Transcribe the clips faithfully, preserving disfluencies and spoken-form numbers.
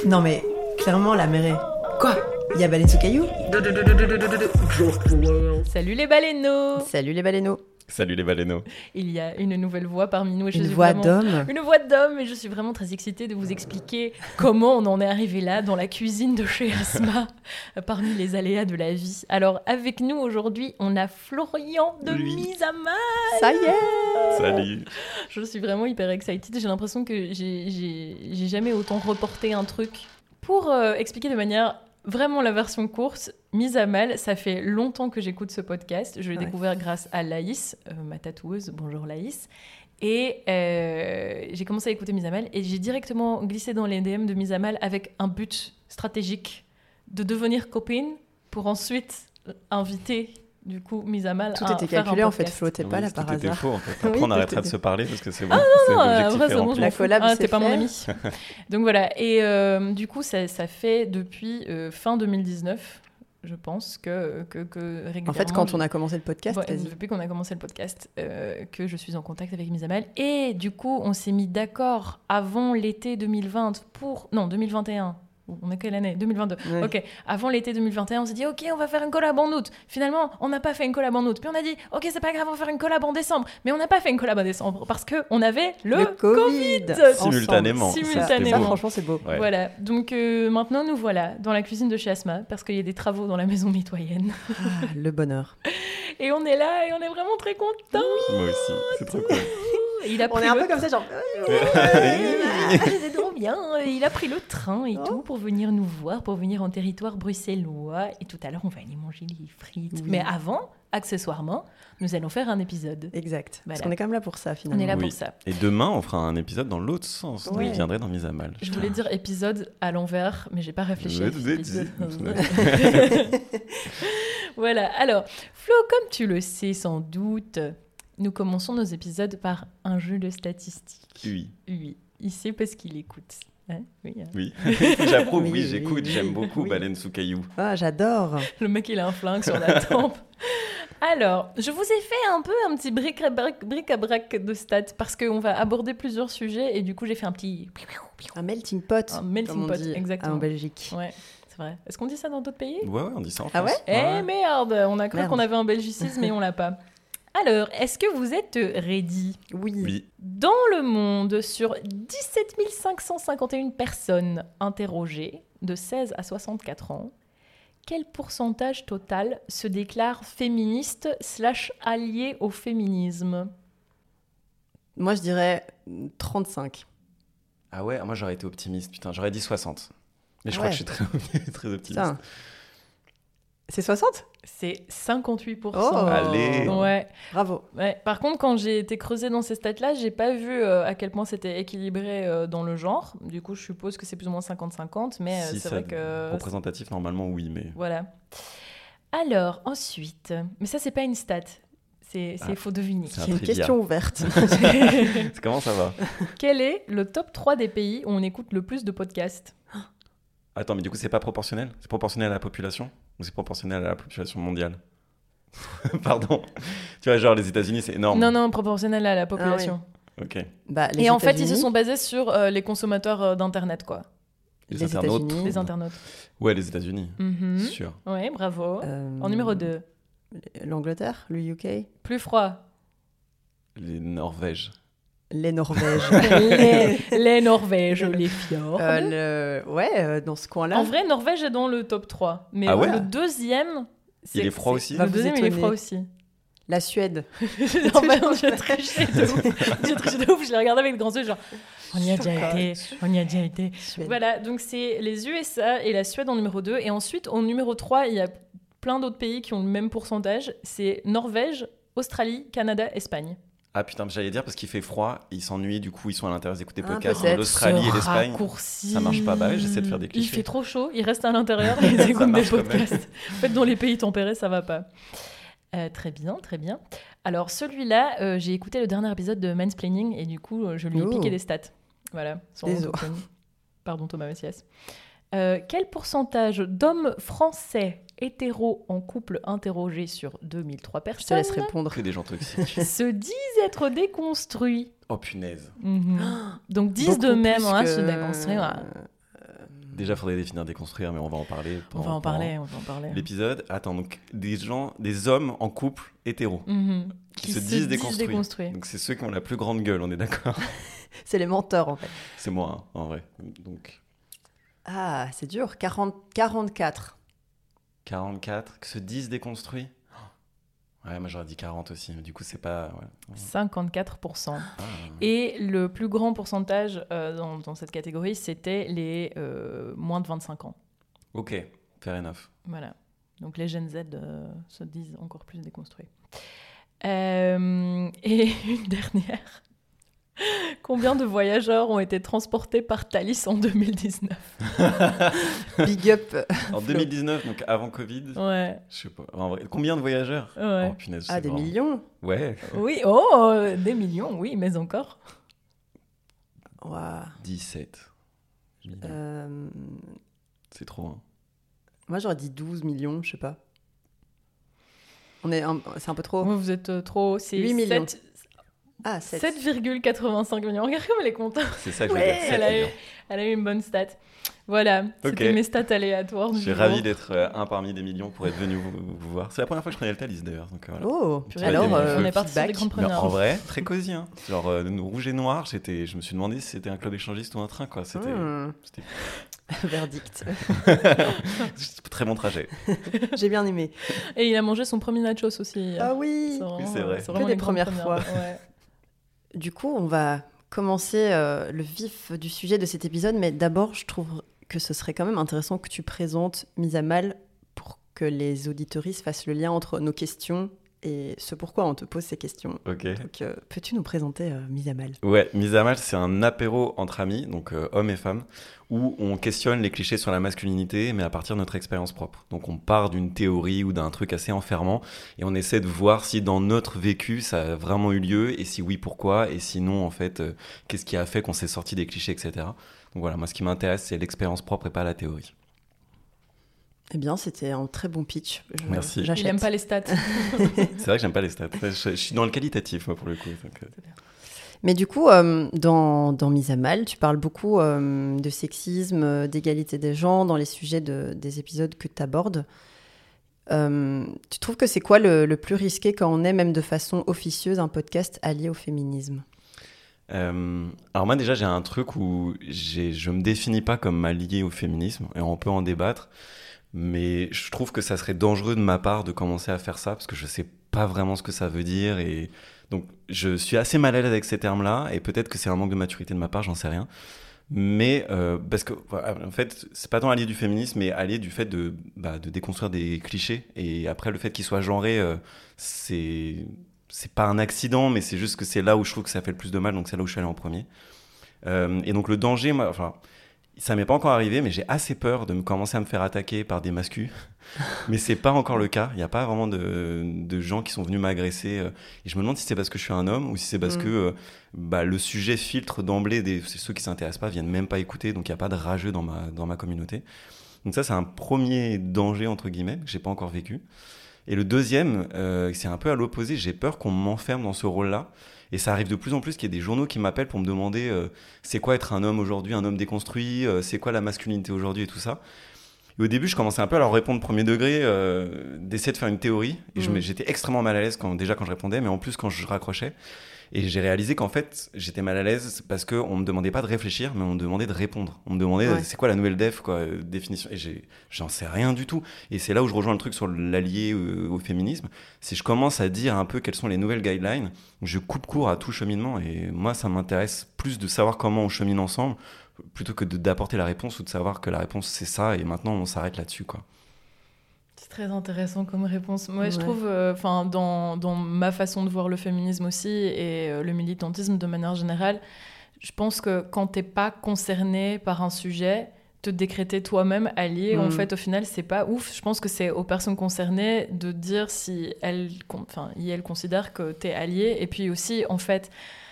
Non mais, clairement, la mer est... Quoi? Il y a Baleine sous caillou? Salut les baleineaux. Salut les baleineaux. Salut les baleineaux. Il y a une nouvelle voix parmi nous et je Une suis voix vraiment... d'homme. Une voix d'homme et je suis vraiment très excitée de vous expliquer comment on en est arrivé là dans la cuisine de chez Asma parmi les aléas de la vie. Alors avec nous aujourd'hui on a Florian de Oui. Mise à Mal. Ça y est. Salut. Je suis vraiment hyper excited. J'ai l'impression que j'ai, j'ai, j'ai jamais autant reporté un truc. Pour euh, expliquer de manière vraiment la version courte, Mise à Mal, ça fait longtemps que j'écoute ce podcast. Je l'ai Ouais. découvert grâce à Laïs, euh, ma tatoueuse. Bonjour Laïs. Et euh, j'ai commencé à écouter Mise à Mal et j'ai directement glissé dans les D M de Mise à Mal avec un but stratégique de devenir copine pour ensuite inviter du coup Mise à Mal Tout à était faire un calculé en fait, podcast. Flo, t'es pas Oui, là tout par était hasard. faux en fait. Après Oui, on arrêtera tout de était- se parler parce que c'est bon. Ah c'est non, euh, l'objectif après, est c'est bon, rempli. je La m'en fous. collab, Ah, c'est t'es pas mon fait. ami. Donc voilà, et euh, du coup, ça, ça fait depuis euh, fin deux mille dix-neuf, je pense, que, que, que régulièrement... En fait, quand je- on a commencé le podcast, Ouais, vas-y. depuis qu'on a commencé le podcast, euh, que je suis en contact avec Mise à Mal. Et du coup, on s'est mis d'accord avant l'été deux mille vingt pour... Non, deux mille vingt et un. On est quelle année? deux mille vingt-deux. Ouais. Ok, avant l'été deux mille vingt et un, on s'est dit, ok, on va faire une collab en août. Finalement, on n'a pas fait une collab en août. Puis on a dit, ok, c'est pas grave, on va faire une collab en décembre. Mais on n'a pas fait une collab en décembre parce qu'on avait le, Le Covid. ensemble. Simultanément. Ça, Simultanément. ça, franchement, c'est beau. Ouais. Voilà, donc euh, maintenant nous voilà dans la cuisine de chez Asma parce qu'il y a des travaux dans la maison mitoyenne. Ah, le bonheur. Et on est là et on est vraiment très contents. Moi aussi, c'est trop cool. Il a On pris est un le... peu comme ça, genre... C'est trop bien. Il a pris le train et Oh. tout pour venir nous voir, pour venir en territoire bruxellois. Et tout à l'heure, on va aller manger les frites. Oui. Mais avant, accessoirement, nous allons faire un épisode. Exact. Voilà. Parce qu'on est quand même là pour ça, On finalement. est là Oui. pour ça. Et demain, on fera un épisode dans l'autre sens. Ouais. Vous viendrez dans Mise à Mal. Je voulais dire épisode à l'envers, mais j'ai pas réfléchi. à épisode. Voilà, alors, Flo, comme tu le sais sans doute, nous commençons nos épisodes par un jeu de statistiques. Oui, Oui, il sait parce qu'il écoute. Hein, oui, hein. oui. J'approuve, Oui, oui, oui, j'écoute, oui. j'aime beaucoup Oui. Baleine sous caillou. Ah, j'adore. Le mec, il a un flingue sur la tempe. Alors, je vous ai fait un peu un petit bric-à-brac, bric-à-brac de stats parce qu'on va aborder plusieurs sujets et du coup, j'ai fait un petit... Un melting pot. Un melting comme on pot, dit exactement. En Belgique. Ouais, c'est vrai. Est-ce qu'on dit ça dans d'autres pays? Ouais, ouais, on dit ça en Ah France. Eh merde, on a cru Merde. qu'on avait un belgicisme mais on l'a pas. Alors, est-ce que vous êtes ready? Oui. Oui, Dans le monde, sur dix-sept mille cinq cent cinquante et une personnes interrogées de seize à soixante-quatre ans, quel pourcentage total se déclare féministe slash allié au féminisme? Moi, je dirais trente-cinq. ah ouais, moi j'aurais été optimiste, putain, j'aurais dit soixante. Mais je Ah crois ouais. que je suis très, très optimiste. Putain. C'est soixante? C'est cinquante-huit pour Oh. cent. Allez. Ouais. Bravo. Ouais. Par contre, quand j'ai été creusée dans ces stats-là, j'ai pas vu euh, à quel point c'était équilibré euh, dans le genre. Du coup, je suppose que c'est plus ou moins cinquante cinquante, mais euh, Si, c'est ça- vrai que... Représentatif, normalement, oui, mais. Voilà. Alors, ensuite... Mais ça, c'est pas une stat. C'est c'est Ah, faut deviner. c'est un C'est une trivia. question ouverte. Comment ça va? Quel est le top trois des pays où on écoute le plus de podcasts? Attends, mais du coup, c'est pas proportionnel? C'est proportionnel à la population? Ou c'est proportionnel à la population mondiale? Pardon. Tu vois, genre, les États-Unis, c'est énorme. Non, non, proportionnel à la population. Ok. Bah, les Et en fait, ils se États-Unis, sont basés sur euh, les consommateurs euh, d'Internet, quoi. Les, Les internautes. États-Unis. Les internautes. Ouais, les États-Unis. Mhm. Sûr. Ouais, bravo. euh, En numéro deux. L'Angleterre, le U K, Plus froid. Les Norvèges. les Norvèges. les, les Norvèges, les fjords. Euh, le... Ouais, euh, dans ce coin-là. En vrai, Norvège est dans le top trois. Mais Ah ouais le deuxième... Il est froid aussi? Va Le vous deuxième, il est étonner. froid aussi. La Suède. Non, bah non, j'ai triché de ouf. J'ai triché de ouf. Je l'ai regardé avec de grands yeux, genre, on y a déjà été, on y a déjà été. Suède. Voilà, donc c'est les U S A et la Suède en numéro deux. Et ensuite, en numéro trois, il y a plein d'autres pays qui ont le même pourcentage. C'est Norvège, Australie, Canada, Espagne. Ah putain, j'allais dire parce qu'il fait froid, ils s'ennuient, du coup ils sont à l'intérieur d'écouter Ah, podcasts. peut-être. L'Australie et Ce l'Espagne. raccourci. ça marche pas. Bah ouais, j'essaie de faire des Il clichés. fait trop chaud, ils restent à l'intérieur et ils Ça écoutent des marche quand même. podcasts. En fait, dans les pays tempérés, ça va pas. Euh, très bien, très bien. Alors, celui-là, euh, j'ai écouté le dernier épisode de Mansplaining et du coup, euh, je lui ai Oh. piqué des stats. Voilà. Sans Désolé. autochtone. Pardon, Thomas Messias. Euh, quel pourcentage d'hommes français hétéros en couple interrogés sur deux mille trois Je te personnes laisse répondre. Que des gens toxiques. se disent être déconstruits? Oh punaise. Mhm. Donc disent Beaucoup d'eux-mêmes, plus hein, que- je suis déconstruit. Ouais. euh, Déjà, il faudrait définir déconstruire, mais on va en parler. On va en parler, on va en parler. L'épisode. Attends, donc des gens, des hommes en couple hétéro mm-hmm. qui, qui se, se disent, disent déconstruits. déconstruits. Donc c'est ceux qui ont la plus grande gueule, on est d'accord. C'est les menteurs, en fait. C'est moi, hein, en vrai. Donc Ah, c'est dur. quarante, quarante-quatre. quarante-quatre qui se disent déconstruits. Ouais, moi j'aurais dit quarante aussi, mais du coup c'est pas... Ouais. cinquante-quatre pour cent. Ah, Et le plus grand pourcentage euh, dans, dans cette catégorie, c'était les euh, moins de vingt-cinq ans. ok, fair enough. Voilà. Donc les Gen Z euh, se disent encore plus déconstruits. Euh, et une dernière. Combien de voyageurs ont été transportés par Thalys en deux mille dix-neuf? Big up. En deux mille dix-neuf, donc avant Covid, Ouais. je sais pas, en vrai, combien de voyageurs? Ouais. Oh punaise, je Ah, sais des pas. millions. Ouais, Oui, oh, des millions, oui, mais encore. Waouh. dix-sept. Euh, C'est trop, hein. Moi, j'aurais dit douze millions, je sais pas. On est un... C'est un peu trop. Vous, vous êtes euh, trop... C'est huit millions. sept Ah, sept. sept virgule quatre-vingt-cinq millions. Regarde comme elle est contente. C'est ça que je Ouais, veux dire. sept elle, a eu, millions. elle a eu une bonne stat. Voilà, c'était Ok. mes stats aléatoires Je du suis jour. ravi d'être euh, un parmi des millions pour être venu vous, vous voir. C'est la première fois que je prenais le Thalys d'ailleurs. Donc, euh, voilà. Oh, Purée, alors, on est- euh, on est parti sur des feedback. grandes Mais en premières. vrai, très cosy. Hein. Genre, euh, nous, rouge et noir, j'étais, je me suis demandé si c'était un club échangiste ou un train. Quoi. C'était, Hmm. c'était Verdict. très bon trajet. J'ai bien aimé. Et il a mangé son premier nachos aussi. hier. Ah oui. C'est vraiment, c'est vrai. c'est Que vraiment des les grandes premières fois. Ouais. Du coup, on va commencer euh, le vif du sujet de cet épisode, mais d'abord, je trouve que ce serait quand même intéressant que tu présentes Mise à Mal pour que les auditeuristes fassent le lien entre nos questions et ce pourquoi on te pose ces questions. Ok. Donc, euh, peux-tu nous présenter euh, Mise à Mal? Ouais, Mise à Mal, c'est un apéro entre amis, donc euh, hommes et femmes, où on questionne les clichés sur la masculinité, mais à partir de notre expérience propre. Donc on part d'une théorie ou d'un truc assez enfermant, et on essaie de voir si dans notre vécu, ça a vraiment eu lieu, et si oui, pourquoi, et sinon, en fait, euh, qu'est-ce qui a fait qu'on s'est sorti des clichés, et cetera. Donc voilà, moi, ce qui m'intéresse, c'est l'expérience propre et pas la théorie. Eh bien, c'était un très bon pitch. Je- Merci. J'achète. Il aime pas les stats. C'est vrai que j'aime pas les stats. Je, je suis dans le qualitatif, moi, pour le coup. Donc, euh. Mais du coup, euh, dans, dans Mise à Mal, tu parles beaucoup euh, de sexisme, euh, d'égalité des genres dans les sujets de, des épisodes que tu abordes. Euh, tu trouves que c'est quoi le, le plus risqué quand on est, même de façon officieuse, un podcast allié au féminisme? Euh, alors moi déjà j'ai un truc où j'ai, je me définis pas comme allié au féminisme et on peut en débattre, mais je trouve que ça serait dangereux de ma part de commencer à faire ça parce que je sais pas vraiment ce que ça veut dire et donc je suis assez mal à l'aise avec ces termes-là et peut-être que c'est un manque de maturité de ma part, j'en sais rien. Mais euh, parce que voilà, en fait c'est pas tant allié du féminisme mais allié du fait de, bah, de déconstruire des clichés et après le fait qu'ils soient genrés euh, c'est c'est pas un accident, mais c'est juste que c'est là où je trouve que ça fait le plus de mal, donc c'est là où je suis allé en premier. Euh, et donc le danger, moi, enfin, ça m'est pas encore arrivé, mais j'ai assez peur de me commencer à me faire attaquer par des mascus. Mais c'est pas encore le cas. Il n'y a pas vraiment de, de gens qui sont venus m'agresser. euh, Et je me demande si c'est parce que je suis un homme ou si c'est parce Mm. que euh, bah, le sujet filtre d'emblée des c'est ceux qui s'intéressent pas, viennent même pas écouter, donc il n'y a pas de rageux dans ma, dans ma communauté. Donc ça, c'est un premier danger, entre guillemets, que j'ai pas encore vécu. Et le deuxième, euh, c'est un peu à l'opposé, j'ai peur qu'on m'enferme dans ce rôle-là. Et ça arrive de plus en plus qu'il y ait des journaux qui m'appellent pour me demander euh, c'est quoi être un homme aujourd'hui, un homme déconstruit, euh, c'est quoi la masculinité aujourd'hui et tout ça. Et au début, je commençais un peu à leur répondre premier degré, euh, d'essayer de faire une théorie. Et je Mhm. me- j'étais extrêmement mal à l'aise quand, déjà quand je répondais, mais en plus quand je raccrochais. Et j'ai réalisé qu'en fait, j'étais mal à l'aise parce qu'on me demandait pas de réfléchir, mais on me demandait de répondre. On me demandait Ouais. euh, c'est quoi la nouvelle def, quoi, euh, définition. Et j'ai, j'en sais rien du tout. Et c'est là où je rejoins le truc sur l'allié euh, au féminisme. Si je commence à dire un peu quelles sont les nouvelles guidelines, je coupe court à tout cheminement. Et moi, ça m'intéresse plus de savoir comment on chemine ensemble plutôt que de- d'apporter la réponse ou de savoir que la réponse c'est ça et maintenant on s'arrête là-dessus, quoi. C'est très intéressant comme réponse. Moi, je Ouais. trouve, enfin, dans, dans ma façon de voir le féminisme aussi et euh, le militantisme de manière générale, je pense que quand t'es pas concerné par un sujet, te décréter toi-même allié, Mm. en fait, au final, c'est pas ouf. Je pense que c'est aux personnes concernées de dire si elles, con- enfin, y elles considèrent que t'es allié. Et puis aussi, en fait,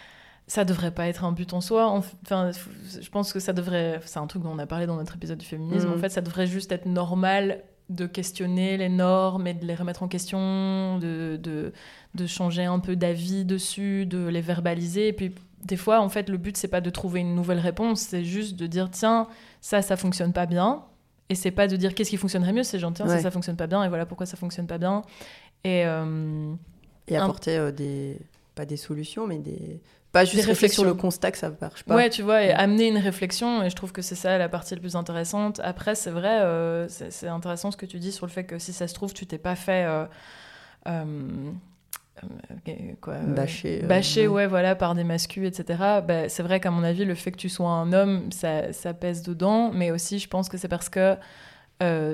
ça devrait pas être un but en soi. Enfin, je pense que ça devrait. C'est un truc dont on a parlé dans notre épisode du féminisme. Mm. En fait, ça devrait juste être normal de questionner les normes et de les remettre en question, de, de, de changer un peu d'avis dessus, de les verbaliser. Et puis, des fois, en fait, le but, c'est pas de trouver une nouvelle réponse, c'est juste de dire, tiens, ça, ça fonctionne pas bien. Et c'est pas de dire qu'est-ce qui fonctionnerait mieux, c'est genre, tiens, ouais. ça, ça fonctionne pas bien, et voilà pourquoi ça fonctionne pas bien. Et, euh, et apporter un... euh, des... pas des solutions, mais des... Pas juste réfléchir sur le constat que ça ne marche pas. Ouais, tu vois, et amener une réflexion, et je trouve que c'est ça la partie la plus intéressante. Après, c'est vrai, euh, c'est, c'est intéressant ce que tu dis sur le fait que si ça se trouve, tu t'es pas fait... Euh, euh, quoi, euh, bâcher, bâcher euh, ouais, voilà, par des mascus, et cetera. Bah, c'est vrai qu'à mon avis, le fait que tu sois un homme, ça, ça pèse dedans, mais aussi, je pense que c'est parce que euh,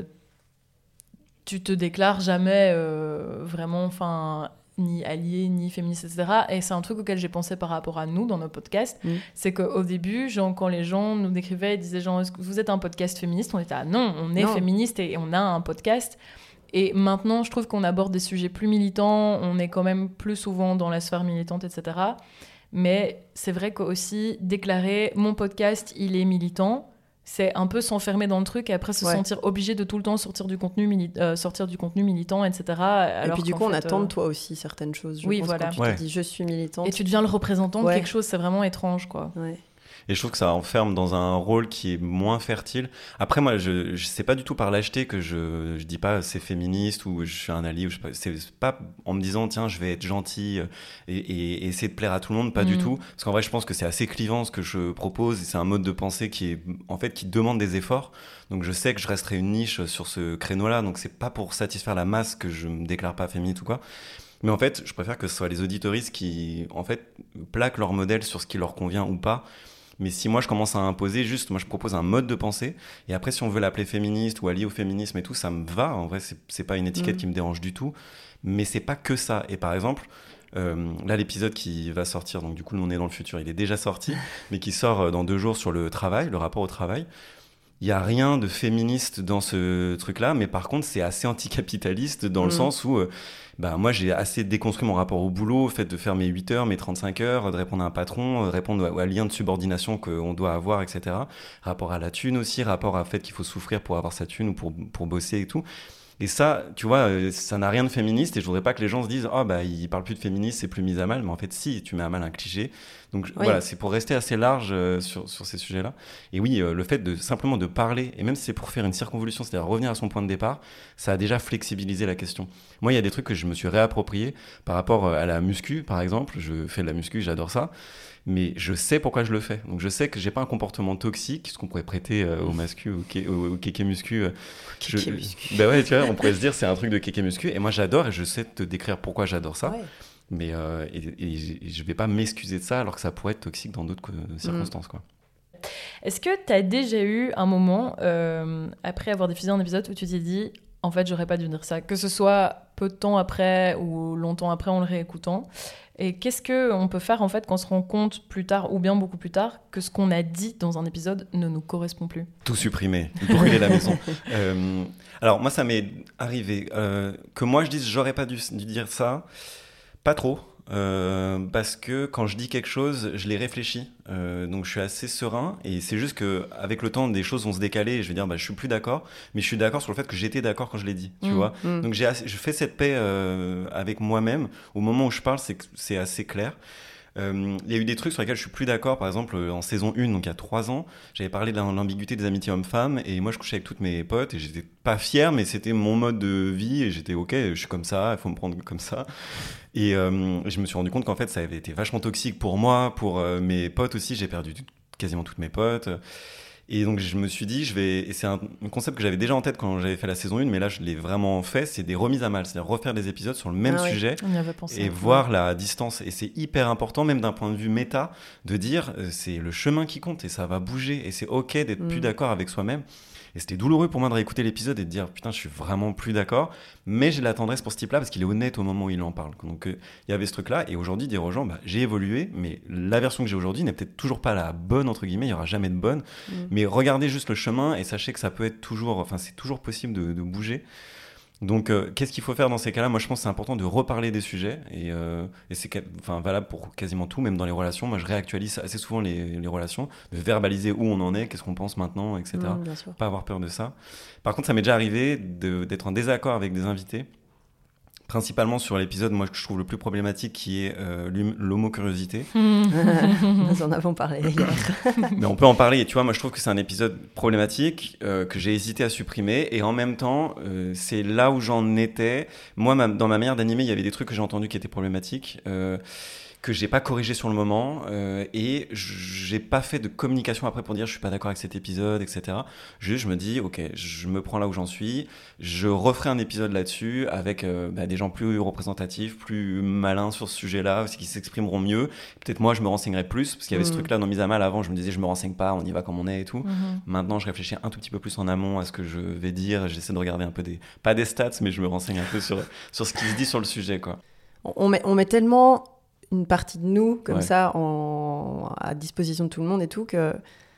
tu te déclares jamais euh, vraiment, enfin... ni allié, ni féministe, et cetera. Et c'est un truc auquel j'ai pensé par rapport à nous, dans nos podcasts. Mmh. C'est qu'au début, genre, quand les gens nous décrivaient, ils disaient genre, est-ce que vous êtes un podcast féministe ? On était ah non, on est non. féministe et on a un podcast. Et maintenant, je trouve qu'on aborde des sujets plus militants, on est quand même plus souvent dans la sphère militante, et cetera. Mais c'est vrai qu'aussi, déclarer mon podcast, il est militant, c'est un peu s'enfermer dans le truc et après se ouais. sentir obligé de tout le temps sortir du contenu, mili- euh, sortir du contenu militant, et cetera. Alors et puis du coup, on fait, attend de euh... toi aussi certaines choses. Je oui, pense, voilà. Quand tu ouais. te dis je suis militante. Et tu deviens le représentant ouais. de quelque chose, c'est vraiment étrange, quoi. Ouais. Et je trouve que ça enferme dans un rôle qui est moins fertile. Après, moi, je, je sais pas du tout par lâcheté que je, je dis pas c'est féministe ou je suis un allié. Ou je sais pas, c'est pas en me disant tiens, je vais être gentil et, et, et essayer de plaire à tout le monde, pas mmh. du tout. Parce qu'en vrai, je pense que c'est assez clivant ce que je propose. Et c'est un mode de pensée qui est en fait qui demande des efforts. Donc je sais que je resterai une niche sur ce créneau-là. Donc c'est pas pour satisfaire la masse que je me déclare pas féministe ou quoi. Mais en fait, je préfère que ce soit les auditoristes qui en fait plaquent leur modèle sur ce qui leur convient ou pas. Mais si moi je commence à imposer, juste moi je propose un mode de pensée, et après si on veut l'appeler féministe ou allié au féminisme et tout, ça me va, en vrai c'est, c'est pas une étiquette mmh. qui me dérange du tout, mais c'est pas que ça. Et par exemple, euh, là l'épisode qui va sortir, donc du coup nous on est dans le futur, il est déjà sorti, mais qui sort dans deux jours sur le travail, le rapport au travail. Il n'y a rien de féministe dans ce truc-là, mais par contre, c'est assez anticapitaliste dans mmh. le sens où euh, bah, moi, j'ai assez déconstruit mon rapport au boulot, au fait de faire mes huit heures, mes trente-cinq heures, de répondre à un patron, de répondre à un lien de subordination qu'on doit avoir, et cetera. Rapport à la thune aussi, rapport au fait qu'il faut souffrir pour avoir sa thune ou pour, pour bosser et tout. Et ça, tu vois, ça n'a rien de féministe et je voudrais pas que les gens se disent « Oh, bah, il parle plus de féminisme, c'est plus mis à mal. » Mais en fait, si, tu mets à mal un cliché. Donc oui. voilà, c'est pour rester assez large euh, sur, sur ces sujets-là. Et oui, euh, le fait de simplement de parler, et même si c'est pour faire une circonvolution, c'est-à-dire revenir à son point de départ, ça a déjà flexibilisé la question. Moi, il y a des trucs que je me suis réapproprié par rapport à la muscu, par exemple. Je fais de la muscu, j'adore ça. Mais je sais pourquoi je le fais. Donc je sais que j'ai pas un comportement toxique, ce qu'on pourrait prêter euh, au mascu, au, ké- au, au kéké muscu. Euh, kéké muscu. Ben ouais, tu vois, on pourrait se dire c'est un truc de kéké muscu. Et moi j'adore et je sais te décrire pourquoi j'adore ça. Ouais. Mais euh, et, et, et je vais pas m'excuser de ça alors que ça pourrait être toxique dans d'autres euh, circonstances, mmh. quoi. Est-ce que tu as déjà eu un moment, euh, après avoir diffusé un épisode, où tu t'es dit en fait j'aurais pas dû dire ça, que ce soit peu de temps après ou longtemps après en le réécoutant? Et qu'est-ce qu'on peut faire en fait quand on se rend compte plus tard, ou bien beaucoup plus tard, que ce qu'on a dit dans un épisode ne nous correspond plus? Tout supprimer, brûler la maison. Euh, alors moi ça m'est arrivé, euh, que moi je dise j'aurais pas dû, dû dire ça, pas trop. Euh, parce que quand je dis quelque chose, je l'ai réfléchi, euh, donc je suis assez serein et c'est juste que avec le temps des choses vont se décaler et je vais dire bah je suis plus d'accord, mais je suis d'accord sur le fait que j'étais d'accord quand je l'ai dit, tu mmh, vois. Mmh. Donc j'ai assez, je fais cette paix euh, avec moi-même au moment où je parle, c'est c'est assez clair. Il euh, y a eu des trucs sur lesquels je suis plus d'accord. Par exemple, en saison un, donc il y a trois ans, j'avais parlé de l'ambiguïté des amitiés hommes-femmes et moi je couchais avec toutes mes potes et j'étais pas fier, mais c'était mon mode de vie et j'étais ok, je suis comme ça, il faut me prendre comme ça. Et euh, je me suis rendu compte qu'en fait ça avait été vachement toxique pour moi, pour euh, mes potes aussi. J'ai perdu tout, quasiment toutes mes potes. Et donc je me suis dit, je vais, et c'est un, un concept que j'avais déjà en tête quand j'avais fait la saison un, mais là je l'ai vraiment fait, c'est des remises à mal, c'est-à-dire refaire des épisodes sur le même ah sujet oui, on y avait pensé, et voir la distance. Et c'est hyper important, même d'un point de vue méta, de dire euh, c'est le chemin qui compte et ça va bouger et c'est ok d'être mmh. plus d'accord avec soi-même. Et c'était douloureux pour moi de réécouter l'épisode et de dire putain je suis vraiment plus d'accord, mais j'ai de la tendresse pour ce type là parce qu'il est honnête au moment où il en parle. Donc il euh, y avait ce truc là et aujourd'hui dire aux gens bah, j'ai évolué, mais la version que j'ai aujourd'hui n'est peut-être toujours pas la bonne entre guillemets, il y aura jamais de bonne, mmh. mais regardez juste le chemin et sachez que ça peut être toujours, enfin c'est toujours possible de, de bouger. Donc, euh, qu'est-ce qu'il faut faire dans ces cas-là ? Moi, je pense que c'est important de reparler des sujets, et, euh, et c'est enfin, valable pour quasiment tout, même dans les relations. Moi, je réactualise assez souvent les, les relations, de verbaliser où on en est, qu'est-ce qu'on pense maintenant, et cetera. Mmh, pas avoir peur de ça. Par contre, ça m'est déjà arrivé de, d'être en désaccord avec des invités, principalement sur l'épisode, moi, que je trouve le plus problématique, qui est euh, l'homocuriosité. Nous en avons parlé hier. Mais on peut en parler, et tu vois, moi, je trouve que c'est un épisode problématique, euh, que j'ai hésité à supprimer, et en même temps, euh, c'est là où j'en étais. Moi, ma, dans ma manière d'animer, il y avait des trucs que j'ai entendus qui étaient problématiques, euh, que j'ai pas corrigé sur le moment, euh, et j'ai pas fait de communication après pour dire je suis pas d'accord avec cet épisode, et cetera. Juste, je me dis, ok, je me prends là où j'en suis, je referai un épisode là-dessus avec euh, bah, des gens plus représentatifs, plus malins sur ce sujet-là, aussi qui s'exprimeront mieux. Peut-être moi, je me renseignerai plus, parce qu'il y avait mmh. ce truc-là dans Mise à Mal avant, je me disais je me renseigne pas, on y va comme on est et tout. Mmh. Maintenant, je réfléchis un tout petit peu plus en amont à ce que je vais dire, j'essaie de regarder un peu des, pas des stats, mais je me renseigne un peu sur, sur ce qui se dit sur le sujet, quoi. On met, on met tellement une partie de nous comme ouais. ça en, à disposition de tout le monde et tout que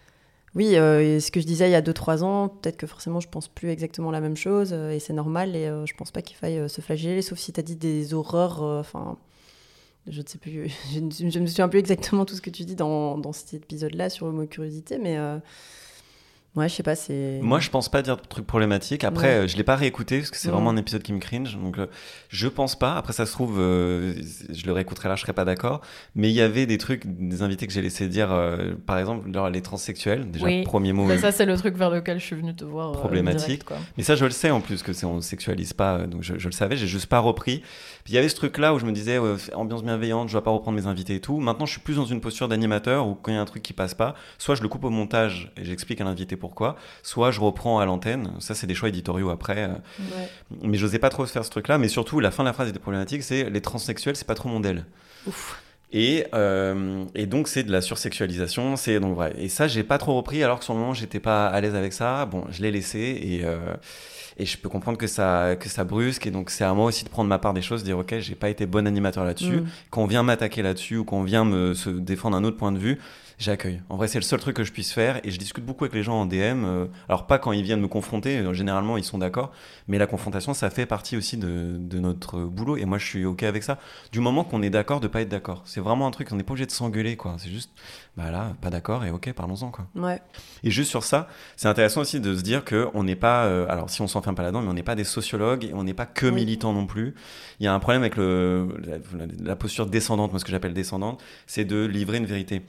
oui euh, ce que je disais il y a deux trois ans, peut-être que forcément je pense plus exactement la même chose euh, et c'est normal et euh, je pense pas qu'il faille euh, se flageller, sauf si t'as dit des horreurs, enfin euh, je ne sais plus, je ne, je me souviens plus exactement tout ce que tu dis dans, dans cet épisode là sur l'homocuriosité, mais euh, ouais, je sais pas, c'est... Moi, je pense pas dire de trucs problématiques. Après, ouais. euh, je l'ai pas réécouté parce que c'est ouais. vraiment un épisode qui me cringe. Donc, euh, je pense pas. Après, ça se trouve, euh, je le réécouterai là, je serais pas d'accord. Mais il y avait des trucs, des invités que j'ai laissé dire, euh, par exemple, genre, les transsexuels. Déjà, oui. premier mot. Bah, ça, c'est le truc vers lequel je suis venue te voir. Problématique. Euh, direct, quoi. Mais ça, je le sais en plus que c'est, on sexualise pas. Donc, je, je le savais, j'ai juste pas repris. Puis, il y avait ce truc-là où je me disais, euh, ambiance bienveillante, je dois pas reprendre mes invités et tout. Maintenant, je suis plus dans une posture d'animateur où quand il y a un truc qui passe pas, soit je le coupe au montage et j'explique à l'invité pourquoi, soit je reprends à l'antenne. Ça, c'est des choix éditoriaux après. Ouais. Mais j'osais pas trop faire ce truc-là. Mais surtout, la fin de la phrase était problématique, c'est les transsexuels, c'est pas trop mon modèle. Ouf. Et, euh, et donc, c'est de la sursexualisation. C'est, donc, ouais. Et ça, j'ai pas trop repris, alors que sur le moment, j'étais pas à l'aise avec ça. Bon, je l'ai laissé et, euh, et je peux comprendre que ça, que ça brusque. Et donc, c'est à moi aussi de prendre ma part des choses, de dire, OK, j'ai pas été bon animateur là-dessus. Mm. Quand on vient m'attaquer là-dessus ou qu'on vient me se défendre un autre point de vue, j'accueille. En vrai, c'est le seul truc que je puisse faire et je discute beaucoup avec les gens en D M. Euh, alors, pas quand ils viennent me confronter, euh, généralement, ils sont d'accord, mais la confrontation, ça fait partie aussi de, de notre boulot et moi, je suis OK avec ça. Du moment qu'on est d'accord de pas être d'accord. C'est vraiment un truc, on n'est pas obligé de s'engueuler, quoi. C'est juste, bah là, pas d'accord et OK, parlons-en, quoi. Ouais. Et juste sur ça, c'est intéressant aussi de se dire qu'on n'est pas, euh, alors si on s'enferme pas là-dedans, mais on n'est pas des sociologues et on n'est pas que oui. militants non plus. Il y a un problème avec le, la, la posture descendante, moi, ce que j'appelle descendante, c'est de livrer une vérité.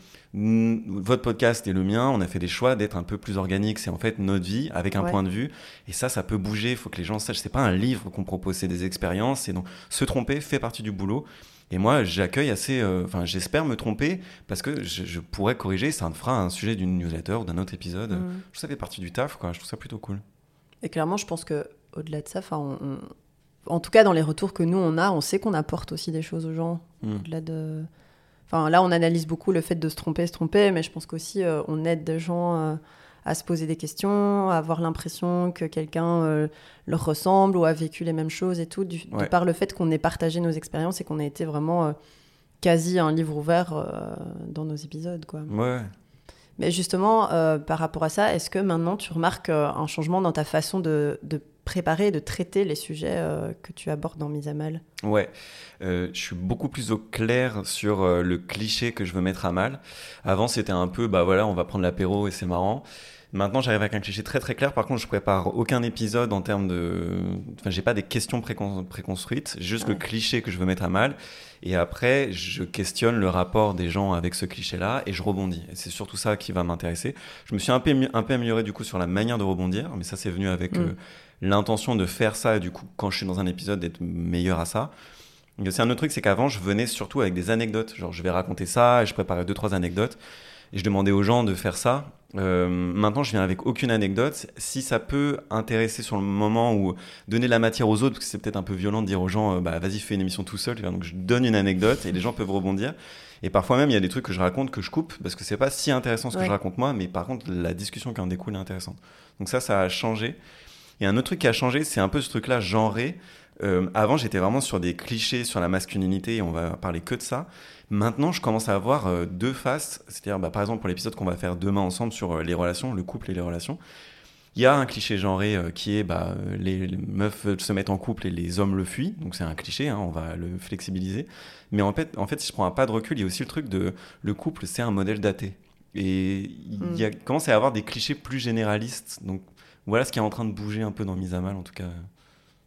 Votre podcast et le mien, on a fait des choix d'être un peu plus organique. C'est en fait notre vie avec un ouais. point de vue. Et ça, ça peut bouger. Il faut que les gens sachent. C'est pas un livre qu'on propose, c'est des expériences. Et donc, se tromper fait partie du boulot. Et moi, j'accueille assez. Enfin, euh, j'espère me tromper parce que je, je pourrais corriger. Ça fera un sujet d'une newsletter ou d'un autre épisode. Mmh. Je trouve que ça fait partie du taf, quoi. Je trouve ça plutôt cool. Et clairement, je pense que au-delà de ça, enfin, on, on... en tout cas, dans les retours que nous on a, on sait qu'on apporte aussi des choses aux gens. Mmh. Au-delà de. Enfin, là, on analyse beaucoup le fait de se tromper, se tromper, mais je pense qu'aussi, euh, on aide des gens euh, à se poser des questions, à avoir l'impression que quelqu'un euh, leur ressemble ou a vécu les mêmes choses et tout, du, ouais. de par le fait qu'on ait partagé nos expériences et qu'on ait été vraiment euh, quasi un livre ouvert euh, dans nos épisodes, quoi. Ouais. Mais justement, euh, par rapport à ça, est-ce que maintenant, tu remarques euh, un changement dans ta façon de, de préparer et de traiter les sujets euh, que tu abordes dans Mise à Mal ? Ouais, euh, je suis beaucoup plus au clair sur euh, le cliché que je veux mettre à mal. Avant, c'était un peu, bah voilà, on va prendre l'apéro et c'est marrant. Maintenant, j'arrive avec un cliché très très clair. Par contre, je prépare aucun épisode en termes de... Enfin, j'ai pas des questions précon... préconstruites, juste ouais. le cliché que je veux mettre à mal. Et après, je questionne le rapport des gens avec ce cliché-là et je rebondis. Et c'est surtout ça qui va m'intéresser. Je me suis un peu, un peu amélioré du coup sur la manière de rebondir, mais ça, c'est venu avec mmh. euh, l'intention de faire ça et du coup, quand je suis dans un épisode, d'être meilleur à ça. Et c'est un autre truc, c'est qu'avant, je venais surtout avec des anecdotes. Genre, je vais raconter ça et je préparais deux, trois anecdotes. Et je demandais aux gens de faire ça. Euh, maintenant, je viens avec aucune anecdote. Si ça peut intéresser sur le moment ou donner de la matière aux autres, parce que c'est peut-être un peu violent de dire aux gens, euh, bah, vas-y, fais une émission tout seul. Donc, je donne une anecdote et les gens peuvent rebondir. Et parfois même, il y a des trucs que je raconte que je coupe parce que c'est pas si intéressant ce ouais. que je raconte moi, mais par contre, la discussion qui en découle est intéressante. Donc ça, ça a changé. Et un autre truc qui a changé, c'est un peu ce truc-là genré. Euh, avant, j'étais vraiment sur des clichés sur la masculinité et on va parler que de ça. Maintenant, je commence à avoir euh, deux faces. C'est-à-dire, bah, par exemple, pour l'épisode qu'on va faire demain ensemble sur euh, les relations, le couple et les relations, il y a un cliché genré euh, qui est bah, les, les meufs se mettent en couple et les hommes le fuient. Donc, c'est un cliché, hein, on va le flexibiliser. Mais en fait, en fait, si je prends un pas de recul, il y a aussi le truc de le couple, c'est un modèle daté. Et il mm. y a, commence à y avoir des clichés plus généralistes. Donc, voilà ce qui est en train de bouger un peu dans Mise à Mal, en tout cas.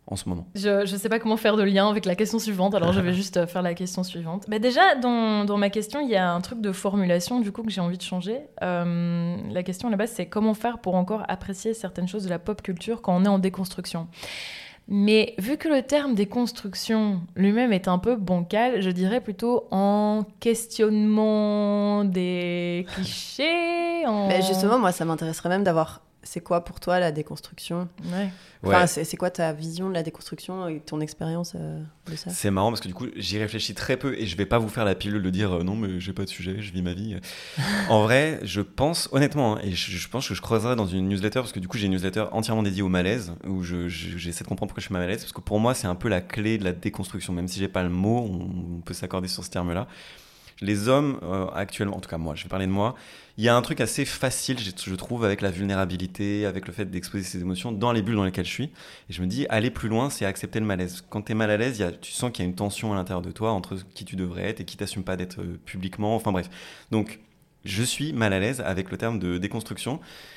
en ce moment. Je ne sais pas comment faire de lien avec la question suivante, alors je vais juste faire la question suivante. Bah déjà, dans, dans ma question, il y a un truc de formulation du coup que j'ai envie de changer. Euh, la question à la base, c'est comment faire pour encore apprécier certaines choses de la pop culture quand on est en déconstruction. Mais vu que le terme déconstruction lui-même est un peu bancal, je dirais plutôt en questionnement des clichés. En... Mais justement, moi, ça m'intéresserait même d'avoir... C'est quoi pour toi la déconstruction ? Ouais. Enfin, Ouais. c'est, c'est quoi ta vision de la déconstruction et ton expérience euh, de ça ? C'est marrant parce que du coup, j'y réfléchis très peu et je vais pas vous faire la pilule de dire euh, non, mais j'ai pas de sujet, je vis ma vie. En vrai, je pense, honnêtement, hein, et je, je pense que je creuserai dans une newsletter parce que du coup, j'ai une newsletter entièrement dédiée au malaise où je, je- j'essaie de comprendre pourquoi je suis mal à l'aise parce que pour moi, c'est un peu la clé de la déconstruction. Même si j'ai pas le mot, on, on peut s'accorder sur ce terme-là. Les hommes, euh, actuellement, en tout cas moi, je vais parler de moi, il y a un truc assez facile, je, je trouve, avec la vulnérabilité, avec le fait d'exposer ses émotions dans les bulles dans lesquelles je suis. Et je me dis, aller plus loin, c'est accepter le malaise. Quand tu es mal à l'aise, il y a, tu sens qu'il y a une tension à l'intérieur de toi entre qui tu devrais être et qui t'assume pas d'être euh, publiquement. Enfin bref. Donc, je suis mal à l'aise avec le terme de déconstruction.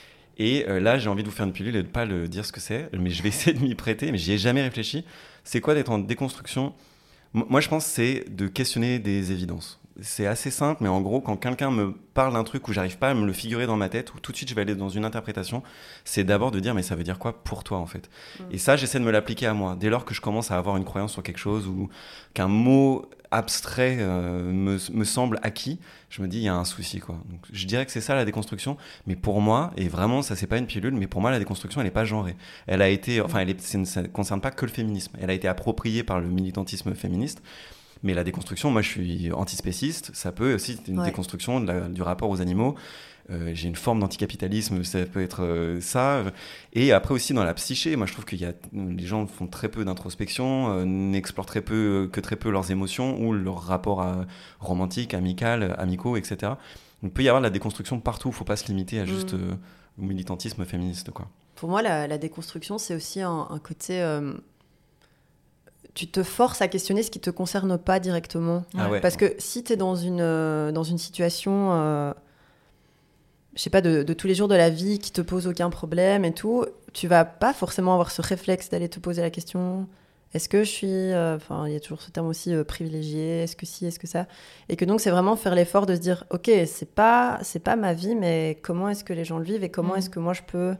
Et euh, là, j'ai envie de vous faire une pilule et de pas le dire ce que c'est, mais je vais essayer de m'y prêter, mais j'y ai jamais réfléchi. C'est quoi d'être en déconstruction ? Moi, je pense que c'est de questionner des évidences. C'est assez simple, mais en gros, quand quelqu'un me parle d'un truc où j'arrive pas à me le figurer dans ma tête, où tout de suite je vais aller dans une interprétation, c'est d'abord de dire, mais ça veut dire quoi pour toi, en fait ? Mmh. Et ça, j'essaie de me l'appliquer à moi. Dès lors que je commence à avoir une croyance sur quelque chose ou qu'un mot abstrait euh, me, me semble acquis, je me dis, il y a un souci, quoi. Donc, je dirais que c'est ça, la déconstruction. Mais pour moi, et vraiment, ça, c'est pas une pilule, mais pour moi, la déconstruction, elle est pas genrée. Elle a été, enfin, elle est, c'est, ça ne concerne pas que le féminisme. Elle a été appropriée par le militantisme féministe. Mais la déconstruction, moi je suis antispéciste, ça peut aussi être une ouais. déconstruction de la, du rapport aux animaux. Euh, j'ai une forme d'anticapitalisme, ça peut être euh, ça. Et après aussi dans la psyché, moi je trouve qu'il y a, les gens font très peu d'introspection, euh, n'explorent très peu, que très peu leurs émotions ou leur rapport à, romantique, amical, amicaux, et cetera. Il peut y avoir de la déconstruction partout, il ne faut pas se limiter à juste mmh. euh, au militantisme féministe, quoi. Pour moi, la, la déconstruction, c'est aussi un, un côté... Euh... tu te forces à questionner ce qui ne te concerne pas directement. Ah ouais. Parce que si tu es dans une, euh, dans une situation, euh, je sais pas, de, de tous les jours de la vie qui te pose aucun problème et tout, tu vas pas forcément avoir ce réflexe d'aller te poser la question, est-ce que je suis... Enfin, euh, il y a toujours ce terme aussi, euh, privilégié, est-ce que si, est-ce que ça ? Et que donc, c'est vraiment faire l'effort de se dire, ok, c'est pas, c'est pas ma vie, mais comment est-ce que les gens le vivent et comment mmh. est-ce que moi, je peux...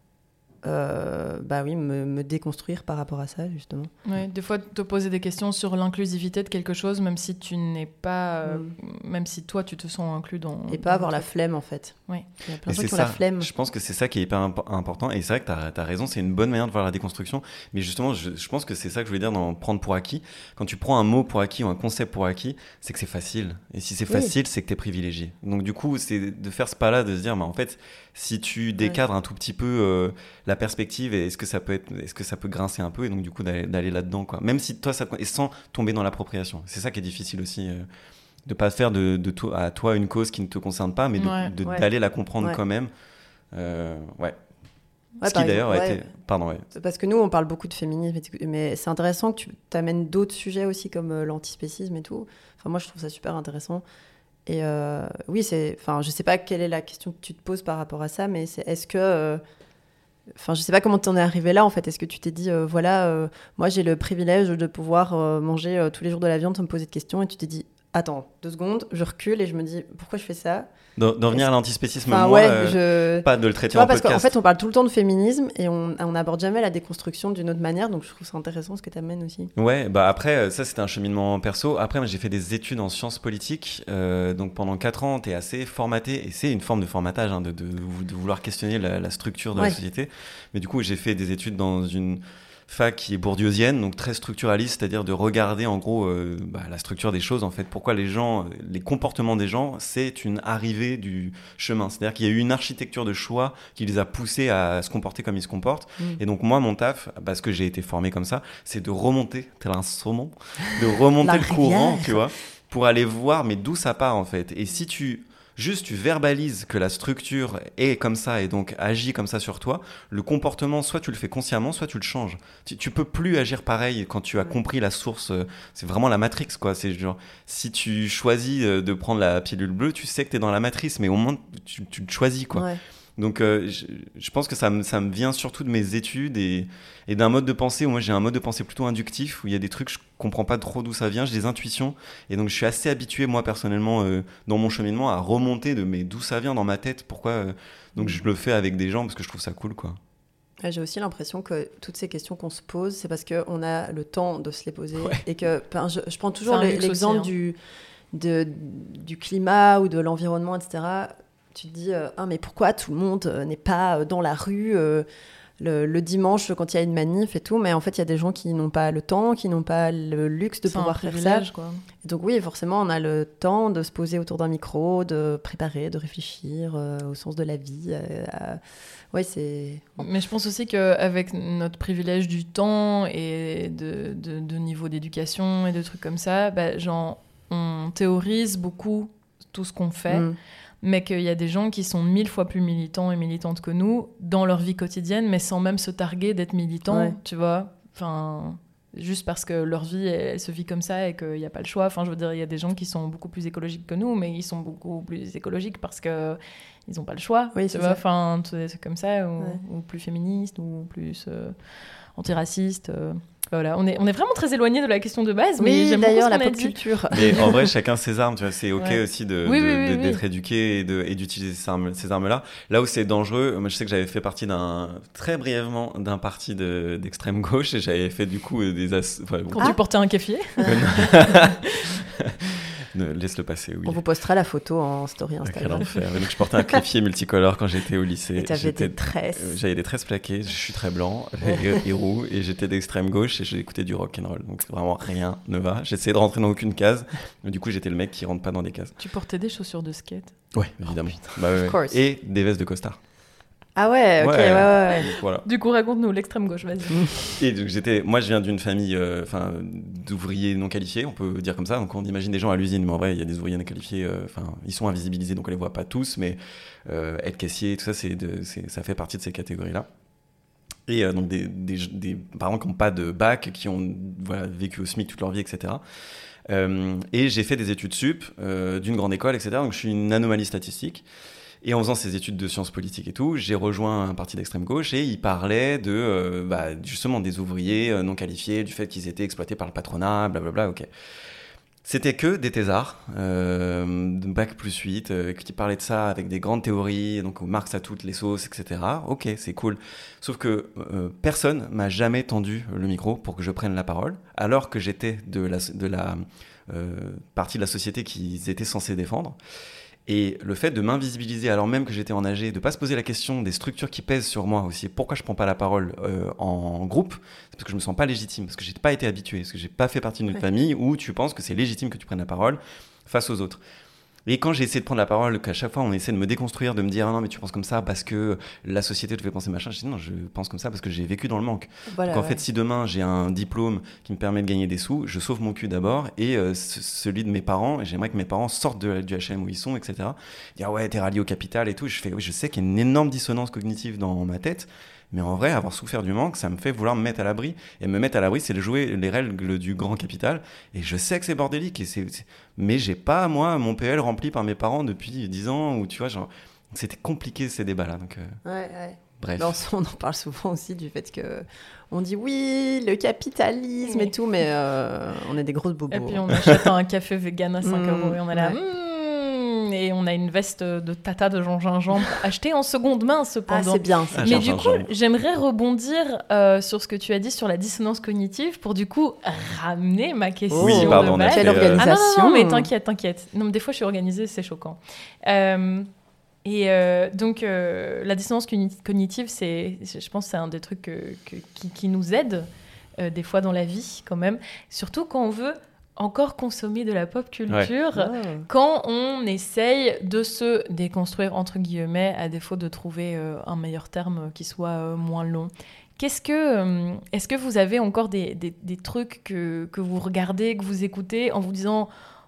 Euh, bah oui, me, me déconstruire par rapport à ça, justement. Ouais, des fois, te poser des questions sur l'inclusivité de quelque chose, même si tu n'es pas... Euh, mm. Même si toi, tu te sens inclus dans... Et pas dans avoir la flemme, en fait. Ouais. Il y a plein de gens qui ont la flemme. Je pense que c'est ça qui est hyper imp- important. Et c'est vrai que tu as raison, c'est une bonne manière de voir la déconstruction. Mais justement, je, je pense que c'est ça que je voulais dire dans prendre pour acquis. Quand tu prends un mot pour acquis ou un concept pour acquis, c'est que c'est facile. Et si c'est facile, oui. c'est que tu es privilégié. Donc du coup, c'est de faire ce pas-là, de se dire, bah, en fait, si tu décadres ouais. un tout petit peu euh, la perspective, et est-ce que ça peut être, est-ce que ça peut grincer un peu, et donc du coup d'aller, d'aller là-dedans, quoi. Même si toi ça te... et sans tomber dans l'appropriation. C'est ça qui est difficile aussi, euh, de pas faire de, de to... à toi une cause qui ne te concerne pas, mais de, ouais. de, ouais. d'aller la comprendre ouais. quand même. Euh, ouais. Ouais, Ce qui d'ailleurs exemple, a été... ouais. Pardon, ouais. Parce que nous, on parle beaucoup de féminisme, mais c'est intéressant que tu t'amènes d'autres sujets aussi, comme euh, l'antispécisme et tout. Enfin, moi, je trouve ça super intéressant. Et euh, oui, c'est... Enfin, je sais pas quelle est la question que tu te poses par rapport à ça, mais c'est est-ce que... Euh... Enfin, je sais pas comment tu en es arrivé là, en fait. Est-ce que tu t'es dit, euh, voilà, euh, moi, j'ai le privilège de pouvoir euh, manger euh, tous les jours de la viande sans me poser de questions, et tu t'es dit, attends, deux secondes, je recule et je me dis, pourquoi je fais ça ? D'en, d'en venir à l'antispécisme, enfin, moi, ouais, euh, je... pas de le traiter tu vois, en parce podcast. qu'en fait, on parle tout le temps de féminisme et on n'aborde jamais la déconstruction d'une autre manière, donc je trouve ça intéressant ce que tu amènes aussi. Ouais, bah après, ça c'était un cheminement perso. Après, moi, j'ai fait des études en sciences politiques, euh, donc pendant quatre ans, t'es assez formaté, et c'est une forme de formatage, hein, de, de, de vouloir questionner la, la structure de ouais. la société. Mais du coup, j'ai fait des études dans une fac qui est bourdieusienne, donc très structuraliste, c'est-à-dire de regarder en gros euh, bah, la structure des choses, en fait, pourquoi les gens, les comportements des gens, c'est une arrivée du chemin. C'est-à-dire qu'il y a eu une architecture de choix qui les a poussés à se comporter comme ils se comportent. Mmh. Et donc moi, mon taf, parce que j'ai été formé comme ça, c'est de remonter, tel un saumon, de remonter le courant, tu vois, pour aller voir mais d'où ça part en fait. Et si tu... Juste, tu verbalises que la structure est comme ça et donc agit comme ça sur toi. Le comportement, soit tu le fais consciemment, soit tu le changes. Tu, tu peux plus agir pareil quand tu as compris la source. C'est vraiment la Matrix, quoi. C'est genre, si tu choisis de prendre la pilule bleue, tu sais que t'es dans la matrice, mais au moins tu, tu te choisis, quoi. Ouais. Donc, euh, je, je pense que ça me, ça me vient surtout de mes études et, et d'un mode de pensée où moi j'ai un mode de pensée plutôt inductif, où il y a des trucs, je comprends pas trop d'où ça vient, j'ai des intuitions. Et donc, je suis assez habitué, moi personnellement, euh, dans mon cheminement, à remonter de mais d'où ça vient dans ma tête, pourquoi. Euh, donc, je le fais avec des gens parce que je trouve ça cool, quoi. J'ai aussi l'impression que toutes ces questions qu'on se pose, c'est parce qu'on a le temps de se les poser. Ouais. Et que, ben, je, je prends toujours C'est un le- luxe l'exemple aussi, hein. du, de, du climat ou de l'environnement, et cetera. Tu te dis, euh, ah, mais pourquoi tout le monde euh, n'est pas euh, dans la rue euh, le, le dimanche quand il y a une manif et tout? Mais en fait, il y a des gens qui n'ont pas le temps, qui n'ont pas le luxe de C'est un pouvoir faire ça. privilège, quoi. Et donc oui, forcément, on a le temps de se poser autour d'un micro, de préparer, de réfléchir euh, au sens de la vie. Euh, à... Ouais, c'est... Mais je pense aussi qu'avec notre privilège du temps et de, de, de niveau d'éducation et de trucs comme ça, bah, genre, on théorise beaucoup tout ce qu'on fait, Mm. mais qu'il y a des gens qui sont mille fois plus militants et militantes que nous dans leur vie quotidienne, mais sans même se targuer d'être militants, Ouais. tu vois. Enfin, juste parce que leur vie, elle, elle se vit comme ça et qu'il n'y a pas le choix. Enfin, je veux dire, il y a des gens qui sont beaucoup plus écologiques que nous, mais ils sont beaucoup plus écologiques parce que ils n'ont pas le choix, Oui, tu c'est vois. ça. Enfin, c'est c'est comme ça, ou, Ouais. ou plus féministes, ou plus euh, antiracistes. euh. Voilà, on est, on est vraiment très éloigné de la question de base, mais Oui, j'aime beaucoup d'ailleurs, ce la qu'on a pop dit. culture. Mais en vrai, chacun ses armes, tu vois. C'est ok Ouais. aussi de, Oui, de- oui, oui, de- oui. d'être éduqué et, de, et d'utiliser ces, armes, ces armes-là. Là où c'est dangereux, moi je sais que j'avais fait partie d'un, très brièvement, d'un parti de, d'extrême gauche et j'avais fait du coup euh, des... As, enfin, Quand Ah. tu portais un kéfier. ne, laisse-le passer, oui. On vous postera la photo en story Ah, quel Instagram. enfer. Donc je portais un kéfier multicolore quand j'étais au lycée. Et t'avais J'étais- des tresses. euh, J'avais des tresses plaquées, je suis très blanc et, et roux et j'étais d'extrême gauche et j'écoutais du rock and roll. Donc vraiment rien ne va. J'essayais de rentrer dans aucune case. Mais du coup j'étais le mec qui rentre pas dans des cases. Tu portais des chaussures de skate. Ouais, évidemment. Bah, ouais, ouais. Of course. Et des vestes de costard. Ah ouais, ok, ouais, ouais, ouais. Donc, voilà. Du coup, raconte-nous l'extrême gauche, vas-y. Et donc j'étais, moi je viens d'une famille, euh, enfin d'ouvriers non qualifiés, on peut dire comme ça. Donc on imagine des gens à l'usine, mais en vrai il y a des ouvriers non qualifiés. Enfin euh, ils sont invisibilisés, donc on les voit pas tous, mais euh, être caissier, tout ça, c'est, de, c'est ça fait partie de ces catégories-là. Et euh, donc des, des, des parents qui n'ont pas de bac, qui ont voilà, vécu au SMIC toute leur vie, et cetera. Euh, et j'ai fait des études sup euh, d'une grande école, et cetera. Donc je suis une anomalie statistique. Et en faisant ces études de sciences politiques et tout, j'ai rejoint un parti d'extrême gauche et il parlait de, euh, bah, justement des ouvriers euh, non qualifiés, du fait qu'ils étaient exploités par le patronat, blablabla, ok. C'était que des thésards, euh, de bac plus huit, euh, qui parlaient de ça avec des grandes théories, donc Marx à toutes les sauces, et cetera. Ok, c'est cool. Sauf que euh, personne m'a jamais tendu le micro pour que je prenne la parole, alors que j'étais de la, de la euh, partie de la société qu'ils étaient censés défendre. Et le fait de m'invisibiliser alors même que j'étais en A G, de ne pas se poser la question des structures qui pèsent sur moi aussi, pourquoi je ne prends pas la parole euh, en groupe, c'est parce que je ne me sens pas légitime, parce que je n'ai pas été habitué, parce que je n'ai pas fait partie d'une Ouais. famille où tu penses que c'est légitime que tu prennes la parole face aux autres. Et quand j'ai essayé de prendre la parole, qu'à chaque fois on essaie de me déconstruire, de me dire ah non mais tu penses comme ça parce que la société te fait penser machin, je dis non, je pense comme ça parce que j'ai vécu dans le manque. Voilà, Donc en ouais. fait, si demain j'ai un diplôme qui me permet de gagner des sous, je sauve mon cul d'abord et euh, ce- celui de mes parents. Et j'aimerais que mes parents sortent de, du H M où ils sont, et cetera. Dire ouais, t'es rallié au capital et tout. Je fais oui, je sais qu'il y a une énorme dissonance cognitive dans ma tête. Mais en vrai, avoir souffert du manque, ça me fait vouloir me mettre à l'abri. Et me mettre à l'abri, c'est de jouer les règles du grand capital. Et je sais que c'est bordélique. Et c'est, c'est... Mais j'ai pas, moi, mon P L rempli par mes parents depuis dix ans. Ou tu vois, genre, c'était compliqué ces débats-là. Donc, euh, Ouais, ouais. bref. Mais on, on en parle souvent aussi du fait que on dit oui, le capitalisme Oui. et tout, mais euh, on est des grosses bobos. Et puis on achète un café vegan à cinq Mmh, euros et on est là. ouais. Mmh, et on a une veste de tata de Jean Gingembre achetée en seconde main Ah, cependant. c'est bien ça. Ah, Mais Jean du coup, Gingembre. j'aimerais rebondir euh, sur ce que tu as dit sur la dissonance cognitive pour du coup ramener ma question Oui, de pardon, on a base. Quelle fait, euh, Ah non, non, organisation. non, mais t'inquiète, t'inquiète. Non, mais des fois, je suis organisée, c'est choquant. Euh, et euh, donc, euh, la dissonance cogni- cognitive, c'est, je pense que c'est un des trucs que- que- qui, qui nous aide euh, des fois dans la vie, quand même. Surtout quand on veut encore consommer de la pop culture, Ah. quand on essaye de se déconstruire, entre guillemets, à défaut de trouver euh, un meilleur terme qui soit euh, moins long. Qu'est-ce que, euh, est-ce que vous avez encore des, des, des trucs que, que vous regardez, que vous écoutez en vous disant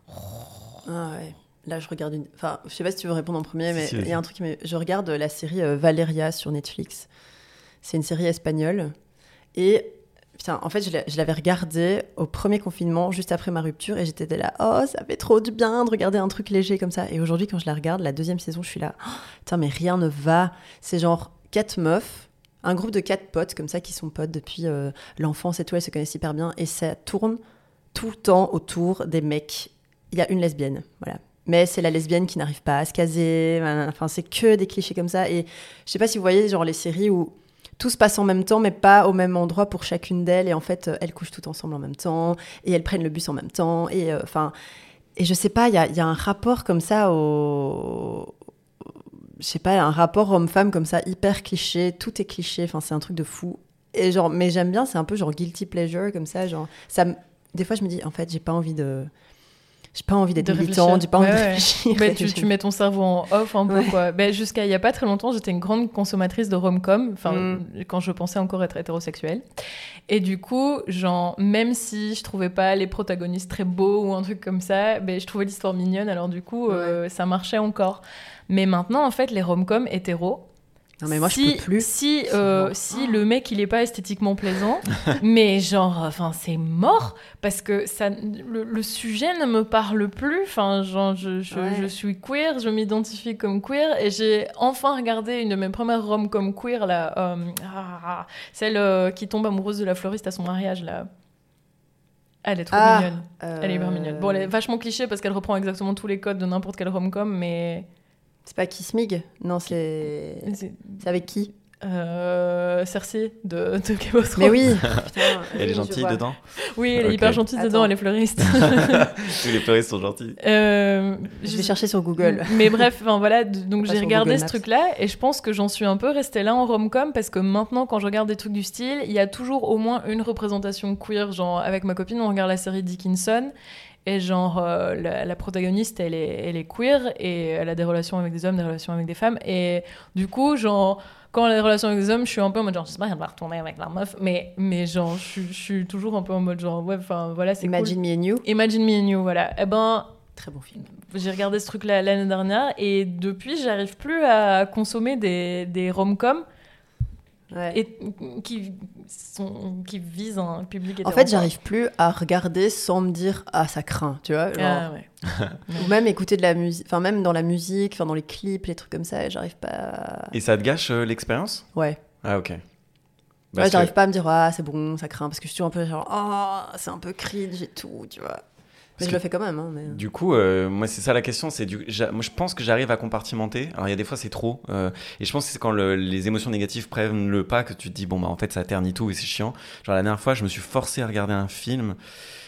Ah ouais. Là, je regarde une. Enfin, je sais pas si tu veux répondre en premier, Si, mais si, il y vas-y. a un truc. Mais je regarde la série euh, Valeria sur Netflix. C'est une série espagnole. Et Putain, en fait, je l'ai- je l'avais regardé au premier confinement, juste après ma rupture, et j'étais là, oh, ça fait trop du bien de regarder un truc léger comme ça. Et aujourd'hui, quand je la regarde, la deuxième saison, je suis là, oh, putain, mais rien ne va. C'est genre quatre meufs, un groupe de quatre potes comme ça qui sont potes depuis euh, l'enfance et tout, elles se connaissent hyper bien, et ça tourne tout le temps autour des mecs. Il y a une lesbienne, voilà. Mais c'est la lesbienne qui n'arrive pas à se caser. Enfin, c'est que des clichés comme ça. Et je sais pas si vous voyez, genre les séries où tout se passe en même temps, mais pas au même endroit pour chacune d'elles. Et en fait, euh, elles couchent toutes ensemble en même temps. Et elles prennent le bus en même temps. Et euh, enfin, et je sais pas, il y a, y a un rapport comme ça au, je sais pas, un rapport homme-femme comme ça hyper cliché. Tout est cliché. Enfin, c'est un truc de fou. Et genre, mais j'aime bien. C'est un peu genre guilty pleasure comme ça. Genre, ça. me- Des fois, je me dis, en fait, j'ai pas envie de. J'ai pas envie d'être De militante, réfléchir. j'ai pas envie Ouais, de ouais. réfléchir. Bah, tu, tu mets ton cerveau en off un peu, Ouais. quoi. Bah, jusqu'à il y a pas très longtemps, j'étais une grande consommatrice de rom-com, enfin, Mm. quand je pensais encore être hétérosexuelle. Et du coup, genre, même si je trouvais pas les protagonistes très beaux ou un truc comme ça, bah, je trouvais l'histoire mignonne, alors du coup, euh, ça marchait encore. Mais maintenant, en fait, les rom-com hétéros, Non, mais moi, si, je peux plus. Si, euh, si le mec, il est pas esthétiquement plaisant, mais genre, enfin, c'est mort parce que ça, le, le sujet ne me parle plus. Enfin, genre, je, je, Ouais. je suis queer, je m'identifie comme queer et j'ai enfin regardé une de mes premières rom-com queer, là, euh, ah, celle euh, qui tombe amoureuse de la fleuriste à son mariage, là. Elle est trop Ah, mignonne. Elle est hyper mignonne. Bon, elle est vachement cliché parce qu'elle reprend exactement tous les codes de n'importe quel rom-com, mais. C'est pas Kiss Mig? Non, c'est. C'est C'est avec qui? euh, Cersei de, de Game of Thrones. Mais oui! Putain, Elle est oui, je gentille vois. dedans. Oui, elle est Ok. hyper gentille Attends. dedans, elle est fleuriste. Tous les fleuristes sont gentils. Euh, Je vais chercher sur Google. Mais bref, enfin voilà, d- donc Pas j'ai sur regardé Google ce Maps. truc-là et je pense que j'en suis un peu restée là en rom-com parce que maintenant, quand je regarde des trucs du style, il y a toujours au moins une représentation queer. Genre, avec ma copine, on regarde la série Dickinson et genre, euh, la, la protagoniste, elle est, elle est queer et elle a des relations avec des hommes, des relations avec des femmes. Et du coup, genre, quand elle a des relations avec des hommes, je suis un peu en mode genre, j'espère qu'elle va retourner avec la meuf. Mais, mais genre, je, suis- je suis toujours un peu en mode genre, ouais, enfin voilà, c'est Imagine cool. Me and You. Imagine Me and You, voilà. Eh ben, Très bon film. j'ai regardé ce truc-là l'année dernière et depuis, j'arrive plus à consommer des, des rom-coms Ouais. et, qui, sont, qui visent un public hétéro. En fait, j'arrive plus à regarder sans me dire ah ça craint, tu vois. Genre, Ah, ouais. ou même écouter de la musique, enfin même dans la musique, enfin dans les clips, les trucs comme ça, j'arrive pas. À... Et ça te gâche euh, l'expérience? Ouais. Ah, ok. Ouais, Parce j'arrive que- pas à me dire ah c'est bon, ça craint parce que je suis un peu genre ah c'est un peu cringe et tout, tu vois. Mais Parce je que- le fais quand même. Hein, mais... Du coup, euh, moi, c'est ça la question. C'est du... j'a- Moi, je pense que j'arrive à compartimenter. Alors, il y a des fois, c'est trop. euh, Et je pense que c'est quand le- les émotions négatives prennent le pas que tu te dis, bon, bah, en fait, ça ternit tout et c'est chiant. Genre, la dernière fois, je me suis forcé à regarder un film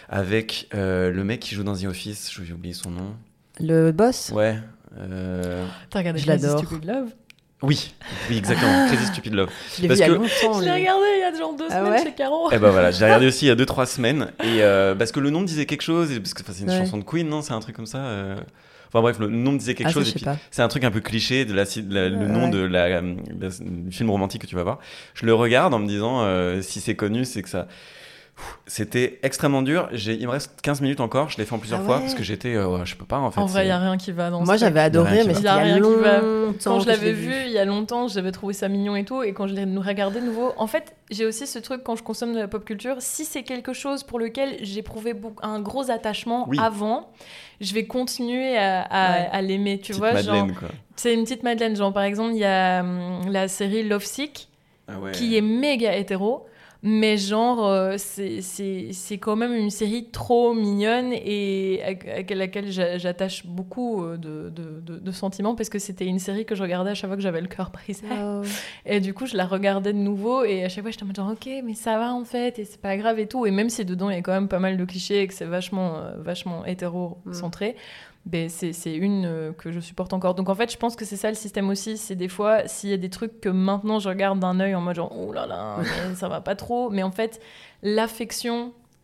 avec euh, le mec qui joue dans The Office. J'ai oublié son nom. Le boss. Ouais. euh, T'as regardé Je Crazy l'adore. Stupid Love? Oui, oui, exactement. Crazy Stupid Love. Je l'ai vu Parce il y a que- longtemps. Je l'ai lui. regardé il y a genre deux Ah semaines ouais chez Caro. Eh ben voilà, je l'ai regardé aussi il y a deux trois semaines. Et euh, parce que le nom me disait quelque chose. Et parce que enfin, c'est une Ouais. chanson de Queen, non? C'est un truc comme ça. euh. Enfin bref, le nom me disait quelque Ah ça chose. je Et sais puis, pas. c'est un truc un peu cliché de la, de la- le Ouais, nom ouais. de la, la- du film romantique que tu vas voir. Je le regarde en me disant euh, si c'est connu, c'est que ça. Pff, C'était extrêmement dur. J'ai, il me reste quinze minutes encore. Je l'ai fait en plusieurs Ah fois ouais. parce que j'étais. euh, ouais, je peux pas en fait. En vrai, il c'est- n'y a rien qui va dans Moi ce truc. j'avais adoré, rien qui mais va. c'était Y a il y a rien qui va. longtemps Quand je que l'avais l'ai vu il y a longtemps, j'avais trouvé ça mignon et tout. Et quand je l'ai regardé de nouveau, en fait, j'ai aussi ce truc quand je consomme de la pop culture. Si c'est quelque chose pour lequel j'éprouvais beaucoup- un gros attachement Oui. avant, je vais continuer à, à- Ouais. à l'aimer. Tu Petite vois, genre, Madeleine quoi. c'est une petite Madeleine. Genre, par exemple, il y a hum, la série Love Sick Ah ouais. qui est méga hétéro. Mais genre, euh, c'est, c'est, c'est quand même une série trop mignonne et à, à laquelle j'a- j'attache beaucoup euh, de, de, de, de sentiments parce que c'était une série que je regardais à chaque fois que j'avais le cœur brisé. Oh. Et du coup, je la regardais de nouveau et à chaque fois, j'étais en mode genre, ok, mais ça va en fait et c'est pas grave et tout. Et même si dedans, il y a quand même pas mal de clichés et que c'est vachement, euh, vachement hétéro-centré, ben, c'est, c'est une euh, que je supporte encore. Donc en fait, je pense que c'est ça le système aussi. C'est des fois, s'il y a des trucs que maintenant je regarde d'un œil en mode genre, oh là là, mais ça va pas trop. Mais en fait, l'affection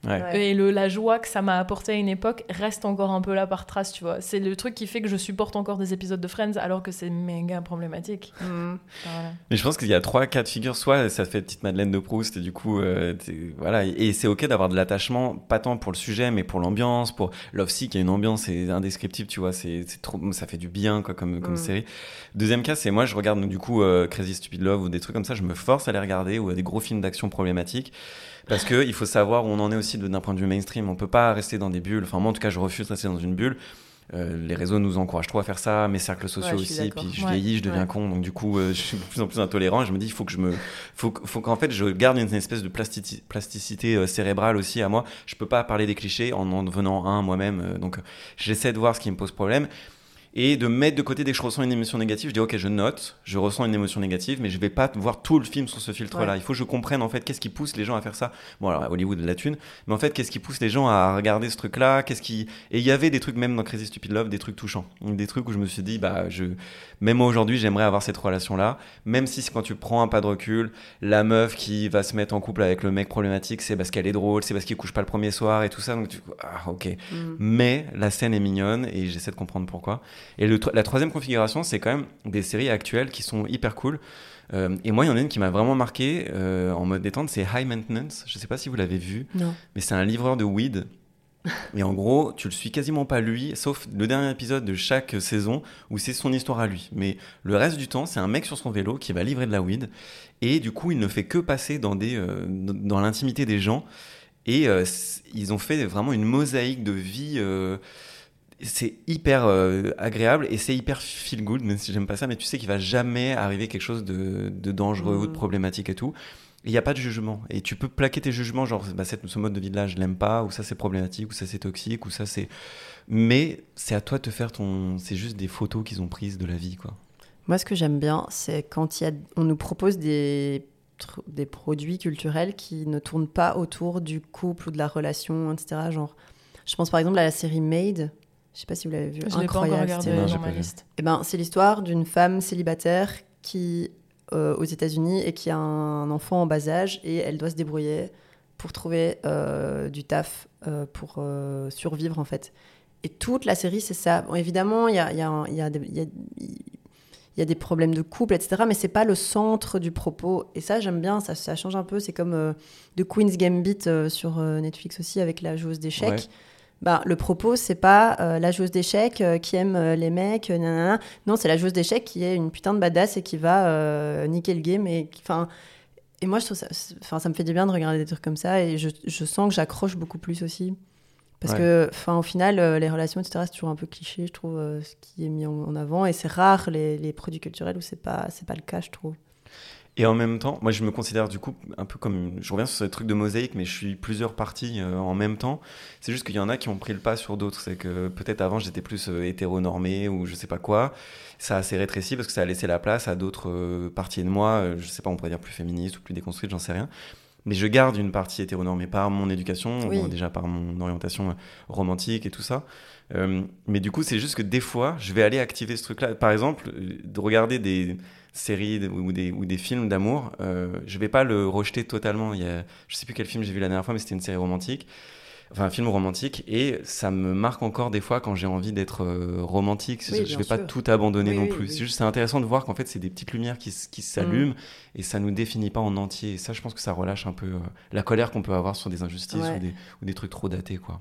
Ouais. Ouais. Et le, la joie que ça m'a apporté à une époque reste encore un peu là par trace, tu vois. C'est le truc qui fait que je supporte encore des épisodes de Friends alors que c'est méga problématique. Mm. Enfin, voilà. Mais je pense qu'il y a trois cas de figure. Soit ça fait petite Madeleine de Proust et du coup, euh, voilà. Et c'est ok d'avoir de l'attachement, pas tant pour le sujet, mais pour l'ambiance, pour Love Sick, il y a une ambiance, c'est indescriptible, tu vois. C'est, c'est trop, ça fait du bien, quoi, comme, comme Mm. série. Deuxième cas, c'est moi, je regarde donc, du coup euh, Crazy Stupid Love ou des trucs comme ça. Je me force à les regarder ou à des gros films d'action problématiques. Parce que il faut savoir où on en est aussi de, d'un point de vue mainstream. On peut pas rester dans des bulles. Enfin, moi, en tout cas, je refuse de rester dans une bulle. Euh, les réseaux nous encouragent trop à faire ça, mes cercles sociaux Ouais, je suis aussi. d'accord. Puis je Ouais. vieillis, je deviens Ouais. con, donc du coup, euh, je suis de plus en plus intolérant. Et je me dis, il faut que je me, faut, faut qu'en fait, je garde une espèce de plastici- plasticité euh, cérébrale aussi à moi. Je peux pas parler des clichés en en devenant un moi-même. euh, donc, j'essaie de voir ce qui me pose problème. Et de mettre de côté dès que je ressens une émotion négative, je dis ok, je note, je ressens une émotion négative, mais je vais pas voir tout le film sur ce filtre-là. Ouais. Il faut que je comprenne en fait qu'est-ce qui pousse les gens à faire ça. Bon, alors Hollywood de la thune, mais en fait qu'est-ce qui pousse les gens à regarder ce truc-là, qu'est-ce qui et il y avait des trucs même dans Crazy Stupid Love, des trucs touchants, des trucs où je me suis dit bah je même moi aujourd'hui j'aimerais avoir cette relation-là, même si quand tu prends un pas de recul, la meuf qui va se mettre en couple avec le mec problématique, c'est parce qu'elle est drôle, c'est parce qu'il couche pas le premier soir et tout ça, donc tu ah ok. Mm. Mais la scène est mignonne et j'essaie de comprendre pourquoi. Et le, la troisième configuration, c'est quand même des séries actuelles qui sont hyper cool. Euh, et moi, il y en a une qui m'a vraiment marqué euh, en mode détente, c'est High Maintenance. Je sais pas si vous l'avez vu, Non. mais c'est un livreur de weed. Et en gros, tu le suis quasiment pas lui, sauf le dernier épisode de chaque saison où c'est son histoire à lui. Mais le reste du temps, c'est un mec sur son vélo qui va livrer de la weed. Et du coup, il ne fait que passer dans, des, euh, dans l'intimité des gens. Et euh, ils ont fait vraiment une mosaïque de vie. Euh, c'est hyper euh, agréable et c'est hyper feel good, même si j'aime pas ça, mais tu sais qu'il va jamais arriver quelque chose de, de dangereux Mmh. ou de problématique et tout. Il n'y a pas de jugement. Et tu peux plaquer tes jugements, genre bah, cette, ce mode de vie-là, je l'aime pas, ou ça c'est problématique, ou ça c'est toxique, ou ça c'est. Mais c'est à toi de te faire ton. C'est juste des photos qu'ils ont prises de la vie, quoi. Moi, ce que j'aime bien, c'est quand il y a... on nous propose des... tr- des produits culturels qui ne tournent pas autour du couple ou de la relation, et cetera. Genre, je pense par exemple à la série Made. Je sais pas si vous l'avez vu. Je l'ai pas encore Incroyable, regardé c'était- Non, j'ai dans pas ma vu. liste. Eh ben, c'est l'histoire d'une femme célibataire qui euh, aux États-Unis et qui a un enfant en bas âge et elle doit se débrouiller pour trouver euh, du taf euh, pour euh, survivre en fait. Et toute la série, c'est ça. Bon, évidemment, il y a, il y, a, un- il y, a des- il y, a, il y a des problèmes de couple, et cetera. Mais c'est pas le centre du propos. Et ça, j'aime bien. Ça, ça change un peu. C'est comme euh, The Queen's Gambit euh, sur euh, Netflix aussi avec la joueuse d'échecs. Ouais. Ben, le propos, c'est pas euh, la joueuse d'échecs euh, qui aime euh, les mecs, euh, nanana. Non, c'est la joueuse d'échecs qui est une putain de badass et qui va euh, niquer le game. Et, qui- 'fin, et moi, je trouve ça, enfin, ça me fait du bien de regarder des trucs comme ça et je, je sens que j'accroche beaucoup plus aussi. Parce Ouais. que, 'fin, au final, euh, les relations, et cetera, c'est toujours un peu cliché, je trouve, euh, ce qui est mis en, en avant. Et c'est rare les, les produits culturels où c'est pas, c'est pas le cas, je trouve. Et en même temps, moi je me considère du coup un peu comme. une- Je reviens sur ce truc de mosaïque, mais je suis plusieurs parties euh, en même temps. C'est juste qu'il y en a qui ont pris le pas sur d'autres. C'est que peut-être avant j'étais plus euh, hétéronormé ou je sais pas quoi. Ça s'est rétréci parce que ça a laissé la place à d'autres euh, parties de moi. euh, je sais pas, on pourrait dire plus féministes ou plus déconstruites, j'en sais rien. Mais je garde une partie hétéronormée par mon éducation, Oui. bon, déjà par mon orientation euh, romantique et tout ça. Euh, mais du coup, c'est juste que des fois, je vais aller activer ce truc-là. Par exemple, euh, de regarder des séries de- ou des, ou des films d'amour, euh, je vais pas le rejeter totalement. Il y a, je sais plus quel film j'ai vu la dernière fois, mais c'était une série romantique. Enfin, un film romantique. Et ça me marque encore des fois quand j'ai envie d'être euh, romantique. Oui, je bien vais pas sûr. tout abandonner Oui, non oui, plus. oui. C'est juste c'est intéressant de voir qu'en fait, c'est des petites lumières qui, s- qui s'allument et ça nous définit pas en entier. Et ça, je pense que ça relâche un peu euh, la colère qu'on peut avoir sur des injustices Ouais. ou, des, ou des trucs trop datés, quoi.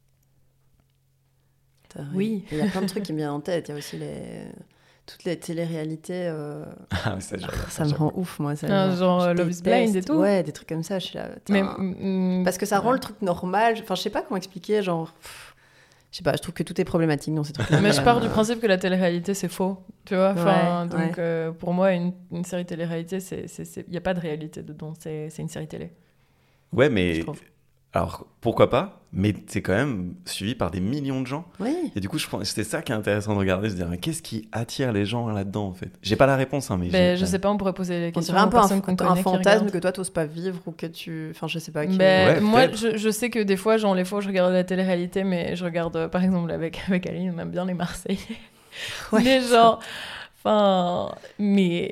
T'as raison. Oui. Et il y a plein de trucs qui me viennent en tête. Il y a aussi les... toutes les téléréalités. euh, Ah, ça, je regarde Ça me chaque rend fois. ouf, moi. Ça, Ah, genre, je euh, Love is déteste. Blind et tout. Ouais, des trucs comme ça. Je suis là. Mais, putain. mm, Parce que ça rend ouais. le truc normal. Enfin, je sais pas comment expliquer. Genre, pff, je sais pas. Je trouve que tout est problématique dans ces trucs. Mais je pars du principe que la télé-réalité, c'est faux. Tu vois enfin, Ouais, Donc, ouais. euh, pour moi, une, une série télé-réalité, il n'y a pas de réalité dedans. C'est c'est une série télé. Ouais, Je mais trouve. alors pourquoi pas, mais c'est quand même suivi par des millions de gens. Oui. Et du coup, je pense c'est ça qui est intéressant de regarder, se dire mais qu'est-ce qui attire les gens là-dedans en fait. J'ai pas la réponse, hein, mais Ben, j'ai- je sais pas, on pourrait poser les On questions dirait un aux peu un, personnes qu'on un connaît qui fantasme regardent. que toi, t'oses pas vivre ou que tu. Enfin, je sais pas. Qui... Ben, Ouais, moi, peut-être. je, je sais que des fois, genre, les fois, je regarde la télé-réalité, mais je regarde, euh, par exemple, avec, avec Aline, on aime bien les Marseillais. Ouais. Mais genre, enfin, mais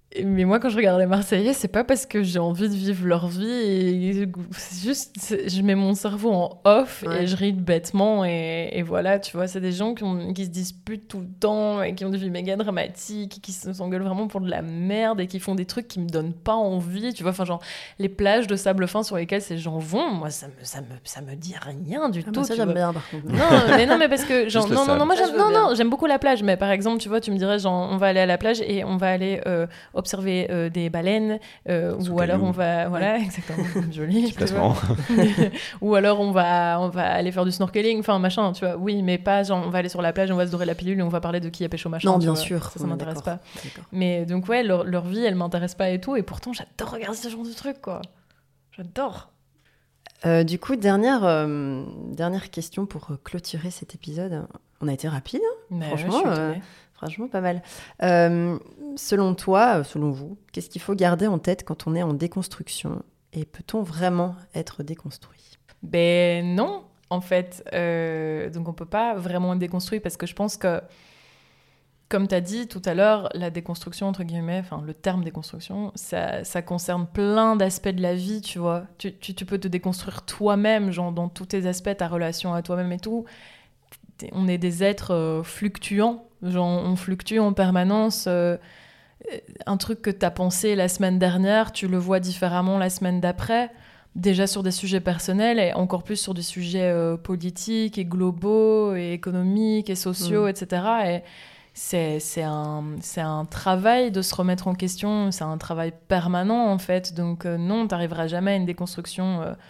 Mais moi, quand je regarde les Marseillais, c'est pas parce que j'ai envie de vivre leur vie. Et c'est juste, c'est- je mets mon cerveau en off Ouais. et je ris bêtement. Et, et voilà, tu vois, c'est des gens qui, ont- qui se disputent tout le temps et qui ont des vies méga dramatiques, qui se- s'engueulent vraiment pour de la merde et qui font des trucs qui me donnent pas envie. Tu vois, enfin, genre, les plages de sable fin sur lesquelles ces gens vont, moi, ça me, ça me, ça me dit rien du Ah, tout. bah, ça, tu j'aime vois. bien, par contre. Non, mais non, mais parce que genre Juste le non, non, non, sable. moi Ça, j'aime, je veux non, bien. non, j'aime beaucoup la plage. Mais par exemple, tu vois, tu me dirais genre on va aller à la plage et on va aller euh, observer euh, des baleines, euh, Sous ou alors caillou. on va, voilà, exactement, joli, Petit tu vois. placement. Ou alors on va, on va aller faire du snorkeling, enfin machin, tu vois. Oui, mais pas genre on va aller sur la plage, on va se dorer la pilule et on va parler de qui a pécho machin. Non, tu bien vois. sûr. Ça, ça Ouais, m'intéresse d'accord. pas. D'accord. Mais donc ouais, leur, leur vie, elle m'intéresse pas et tout. Et pourtant, j'adore regarder ce genre de trucs, quoi. J'adore. Euh, du coup, dernière, euh, dernière question pour euh, clôturer cet épisode. On a été rapide, hein, Mais Franchement, ouais, je suis euh, étonnée. franchement pas mal. Euh, selon toi, euh, selon vous, qu'est-ce qu'il faut garder en tête quand on est en déconstruction? Et peut-on vraiment être déconstruit? Ben non, en fait. Euh, donc on peut pas vraiment être déconstruit parce que je pense que, comme tu as dit tout à l'heure, la déconstruction, entre guillemets, enfin le terme déconstruction, ça, ça concerne plein d'aspects de la vie, tu vois. Tu, tu, tu peux te déconstruire toi-même, genre dans tous tes aspects, ta relation à toi-même et tout. T'es- On est des êtres euh, fluctuants, genre on fluctue en permanence. euh, un truc que tu as pensé la semaine dernière, tu le vois différemment la semaine d'après. Déjà sur des sujets personnels et encore plus sur des sujets euh, politiques et globaux et économiques et sociaux, Mm. et cetera. Et c'est, c'est, un, c'est un travail de se remettre en question, c'est un travail permanent en fait. Donc euh, non, tu n'arriveras jamais à une déconstruction euh,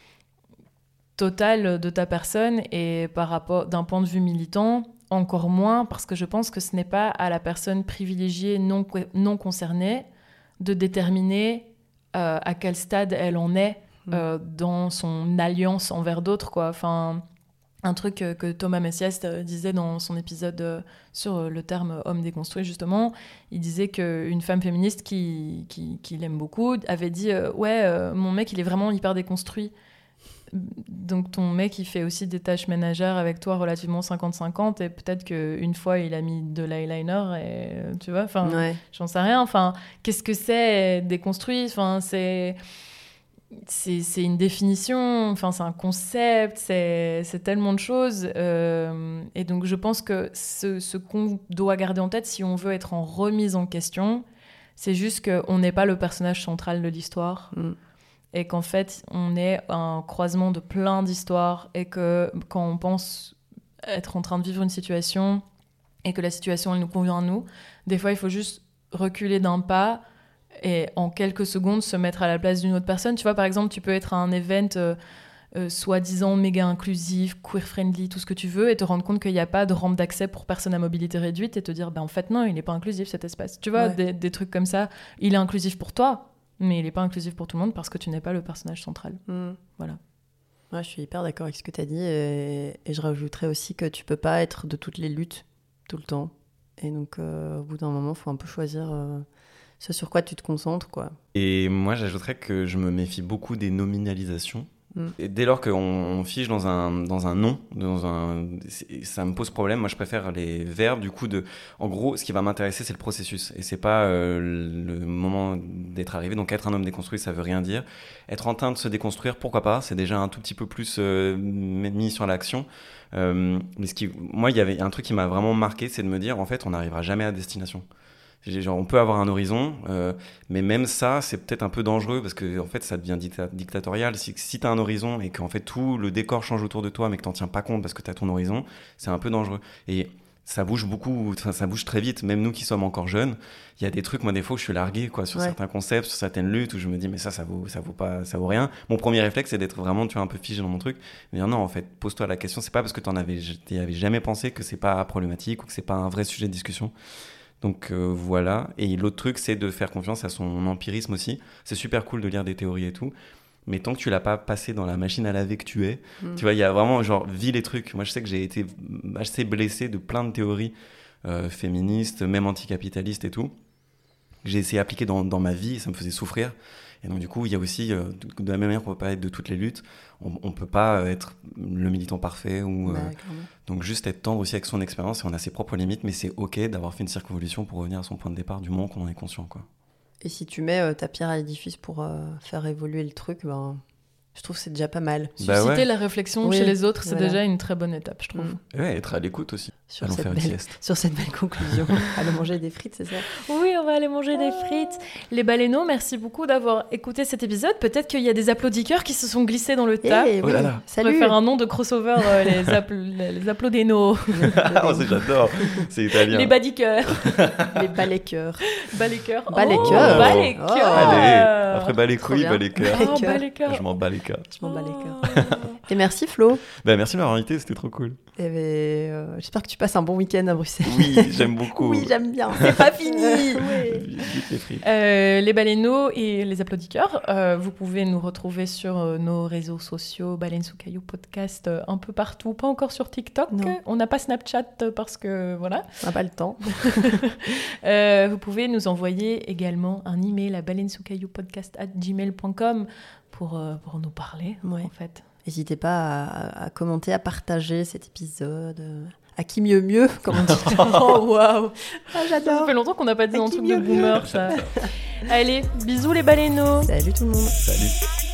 totale de ta personne et par rapport d'un point de vue militant, encore moins parce que je pense que ce n'est pas à la personne privilégiée non, non concernée de déterminer euh, à quel stade elle en est euh, dans son alliance envers d'autres, quoi. Enfin, un truc euh, que Thomas Messias euh, disait dans son épisode euh, sur euh, le terme homme déconstruit, justement, il disait qu'une femme féministe qui, qui, qui l'aime beaucoup avait dit euh, ouais, euh, mon mec, il est vraiment hyper déconstruit. Donc ton mec, il fait aussi des tâches ménagères avec toi relativement cinquante cinquante et peut-être qu'une fois, il a mis de l'eyeliner et euh, tu vois, enfin, Ouais. j'en sais rien. Enfin, qu'est-ce que c'est déconstruit? Enfin, c'est... C'est, c'est une définition, enfin, c'est un concept, c'est, c'est tellement de choses. Euh, et donc, je pense que ce, ce qu'on doit garder en tête si on veut être en remise en question, c'est juste qu'on n'est pas le personnage central de l'histoire. Mm. Et qu'en fait, on est un croisement de plein d'histoires et que quand on pense être en train de vivre une situation et que la situation, elle nous convient à nous, des fois, il faut juste reculer d'un pas et en quelques secondes se mettre à la place d'une autre personne. Tu vois, par exemple, tu peux être à un event euh, euh, soi-disant méga inclusif, queer-friendly, tout ce que tu veux, et te rendre compte qu'il n'y a pas de rampe d'accès pour personnes à mobilité réduite et te dire, ben, en fait, non, il n'est pas inclusif, cet espace. Tu vois, Ouais. des, des trucs comme ça. Il est inclusif pour toi, mais il n'est pas inclusif pour tout le monde parce que tu n'es pas le personnage central. Mm. Voilà. Ouais, je suis hyper d'accord avec ce que tu as dit. Et, et je rajouterais aussi que tu peux pas être de toutes les luttes tout le temps. Et donc, euh, au bout d'un moment, il faut un peu choisir euh, ce sur quoi tu te concentres, quoi. Et moi, j'ajouterais que je me méfie beaucoup des nominalisations. Mm. Et dès lors qu'on on fige dans un, dans un nom, dans un, c'est- ça me pose problème. Moi, je préfère les verbes. Du coup, de, en gros, ce qui va m'intéresser, c'est le processus. Et c'est pas euh, le moment d'être arrivé. Donc, être un homme déconstruit, ça veut rien dire. Être en train de se déconstruire, pourquoi pas? C'est déjà un tout petit peu plus euh, mis sur l'action. Euh, mais ce qui, moi, il y avait un truc qui m'a vraiment marqué, c'est de me dire, en fait, on n'arrivera jamais à destination. Genre, on peut avoir un horizon, euh, mais même ça, c'est peut-être un peu dangereux parce que en fait, ça devient dicta- dictatorial. Si, si tu as un horizon et qu'en fait tout le décor change autour de toi, mais que tu n'en tiens pas compte parce que tu as ton horizon, c'est un peu dangereux. Et ça bouge beaucoup, ça bouge très vite. Même nous qui sommes encore jeunes, il y a des trucs, moi, des fois, où je suis largué quoi, sur Ouais. certains concepts, sur certaines luttes, où je me dis, mais ça, ça vaut, ça vaut, pas, ça vaut rien. Mon premier réflexe, c'est d'être vraiment tu vois, un peu figé dans mon truc. Mais dire, non, en fait, pose-toi la question. C'est pas parce que tu n'avais avais jamais pensé que c'est pas problématique ou que c'est pas un vrai sujet de discussion. Donc euh, voilà. Et l'autre truc, c'est de faire confiance à son empirisme aussi. C'est super cool de lire des théories et tout. Mais tant que tu l'as pas passé dans la machine à laver que tu es, Mm. tu vois, il y a vraiment, genre, vis les trucs. Moi, je sais que j'ai été assez blessé de plein de théories euh, féministes, même anticapitalistes et tout. Que j'ai essayé d'appliquer dans, dans ma vie et ça me faisait souffrir. Et donc, du coup, il y a aussi, euh, de, de la même manière qu'on ne peut pas être de toutes les luttes, on ne peut pas être le militant parfait. Ou, Bah, euh, clairement. donc, juste être tendre aussi avec son expérience et on a ses propres limites, mais c'est OK d'avoir fait une circonvolution pour revenir à son point de départ du moment qu'on en est conscient, quoi. Et si tu mets euh, ta pierre à l'édifice pour euh, faire évoluer le truc, ben, je trouve que c'est déjà pas mal. Bah Susciter ouais. la réflexion Oui, chez les autres, c'est voilà. déjà une très bonne étape, je trouve. Mm. Ouais, être à l'écoute aussi. Sur Allons cette, faire une belle, sieste. sur cette belle conclusion. Allons manger des frites, c'est ça? Oui, on va aller manger des frites. Les baleineaux, merci beaucoup d'avoir écouté cet épisode. Peut-être qu'il y a des applaudisseurs qui se sont glissés dans le tas. Eh Oh oui, là là. On pourrait salut. faire un nom de crossover, euh, les, appl- les applaudénos, Ah, ça, j'adore. C'est italien. les badiqueurs, Les balais cœurs. baléqueurs. Balais-cœurs. Oh, baléqueurs. Oh. Allez, après bas les Trop couilles, bien. bas les cœurs. Oh, Balécœurs. balécœurs. Je m'en bats les cœurs. Je m'en bats les cœurs. Oh. Et merci Flo. Bah, merci de m'avoir invité, c'était trop cool. Et ben, euh, j'espère que tu passes un bon week-end à Bruxelles. Oui, j'aime beaucoup. Oui, j'aime bien. C'est pas fini. Ouais. Vite, vite les frites. Euh, les baleineaux et les applaudisseurs, euh, vous pouvez nous retrouver sur euh, nos réseaux sociaux, Baleine sous caillou podcast, euh, un peu partout, pas encore sur TikTok. Non. On n'a pas Snapchat euh, parce que voilà. On n'a pas le temps. Euh, vous pouvez nous envoyer également un email à baleine sous caillou podcast arobase gmail point com pour, euh, pour nous parler, Ouais. en fait. N'hésitez pas à, à commenter, à partager cet épisode. euh, À qui mieux mieux, comme on dit. Oh, waouh! Ah, Ça j'adore. fait longtemps qu'on n'a pas dit À un qui truc de mieux mieux. boomer, ça. Allez, bisous les baleineaux! Salut tout le monde. Salut.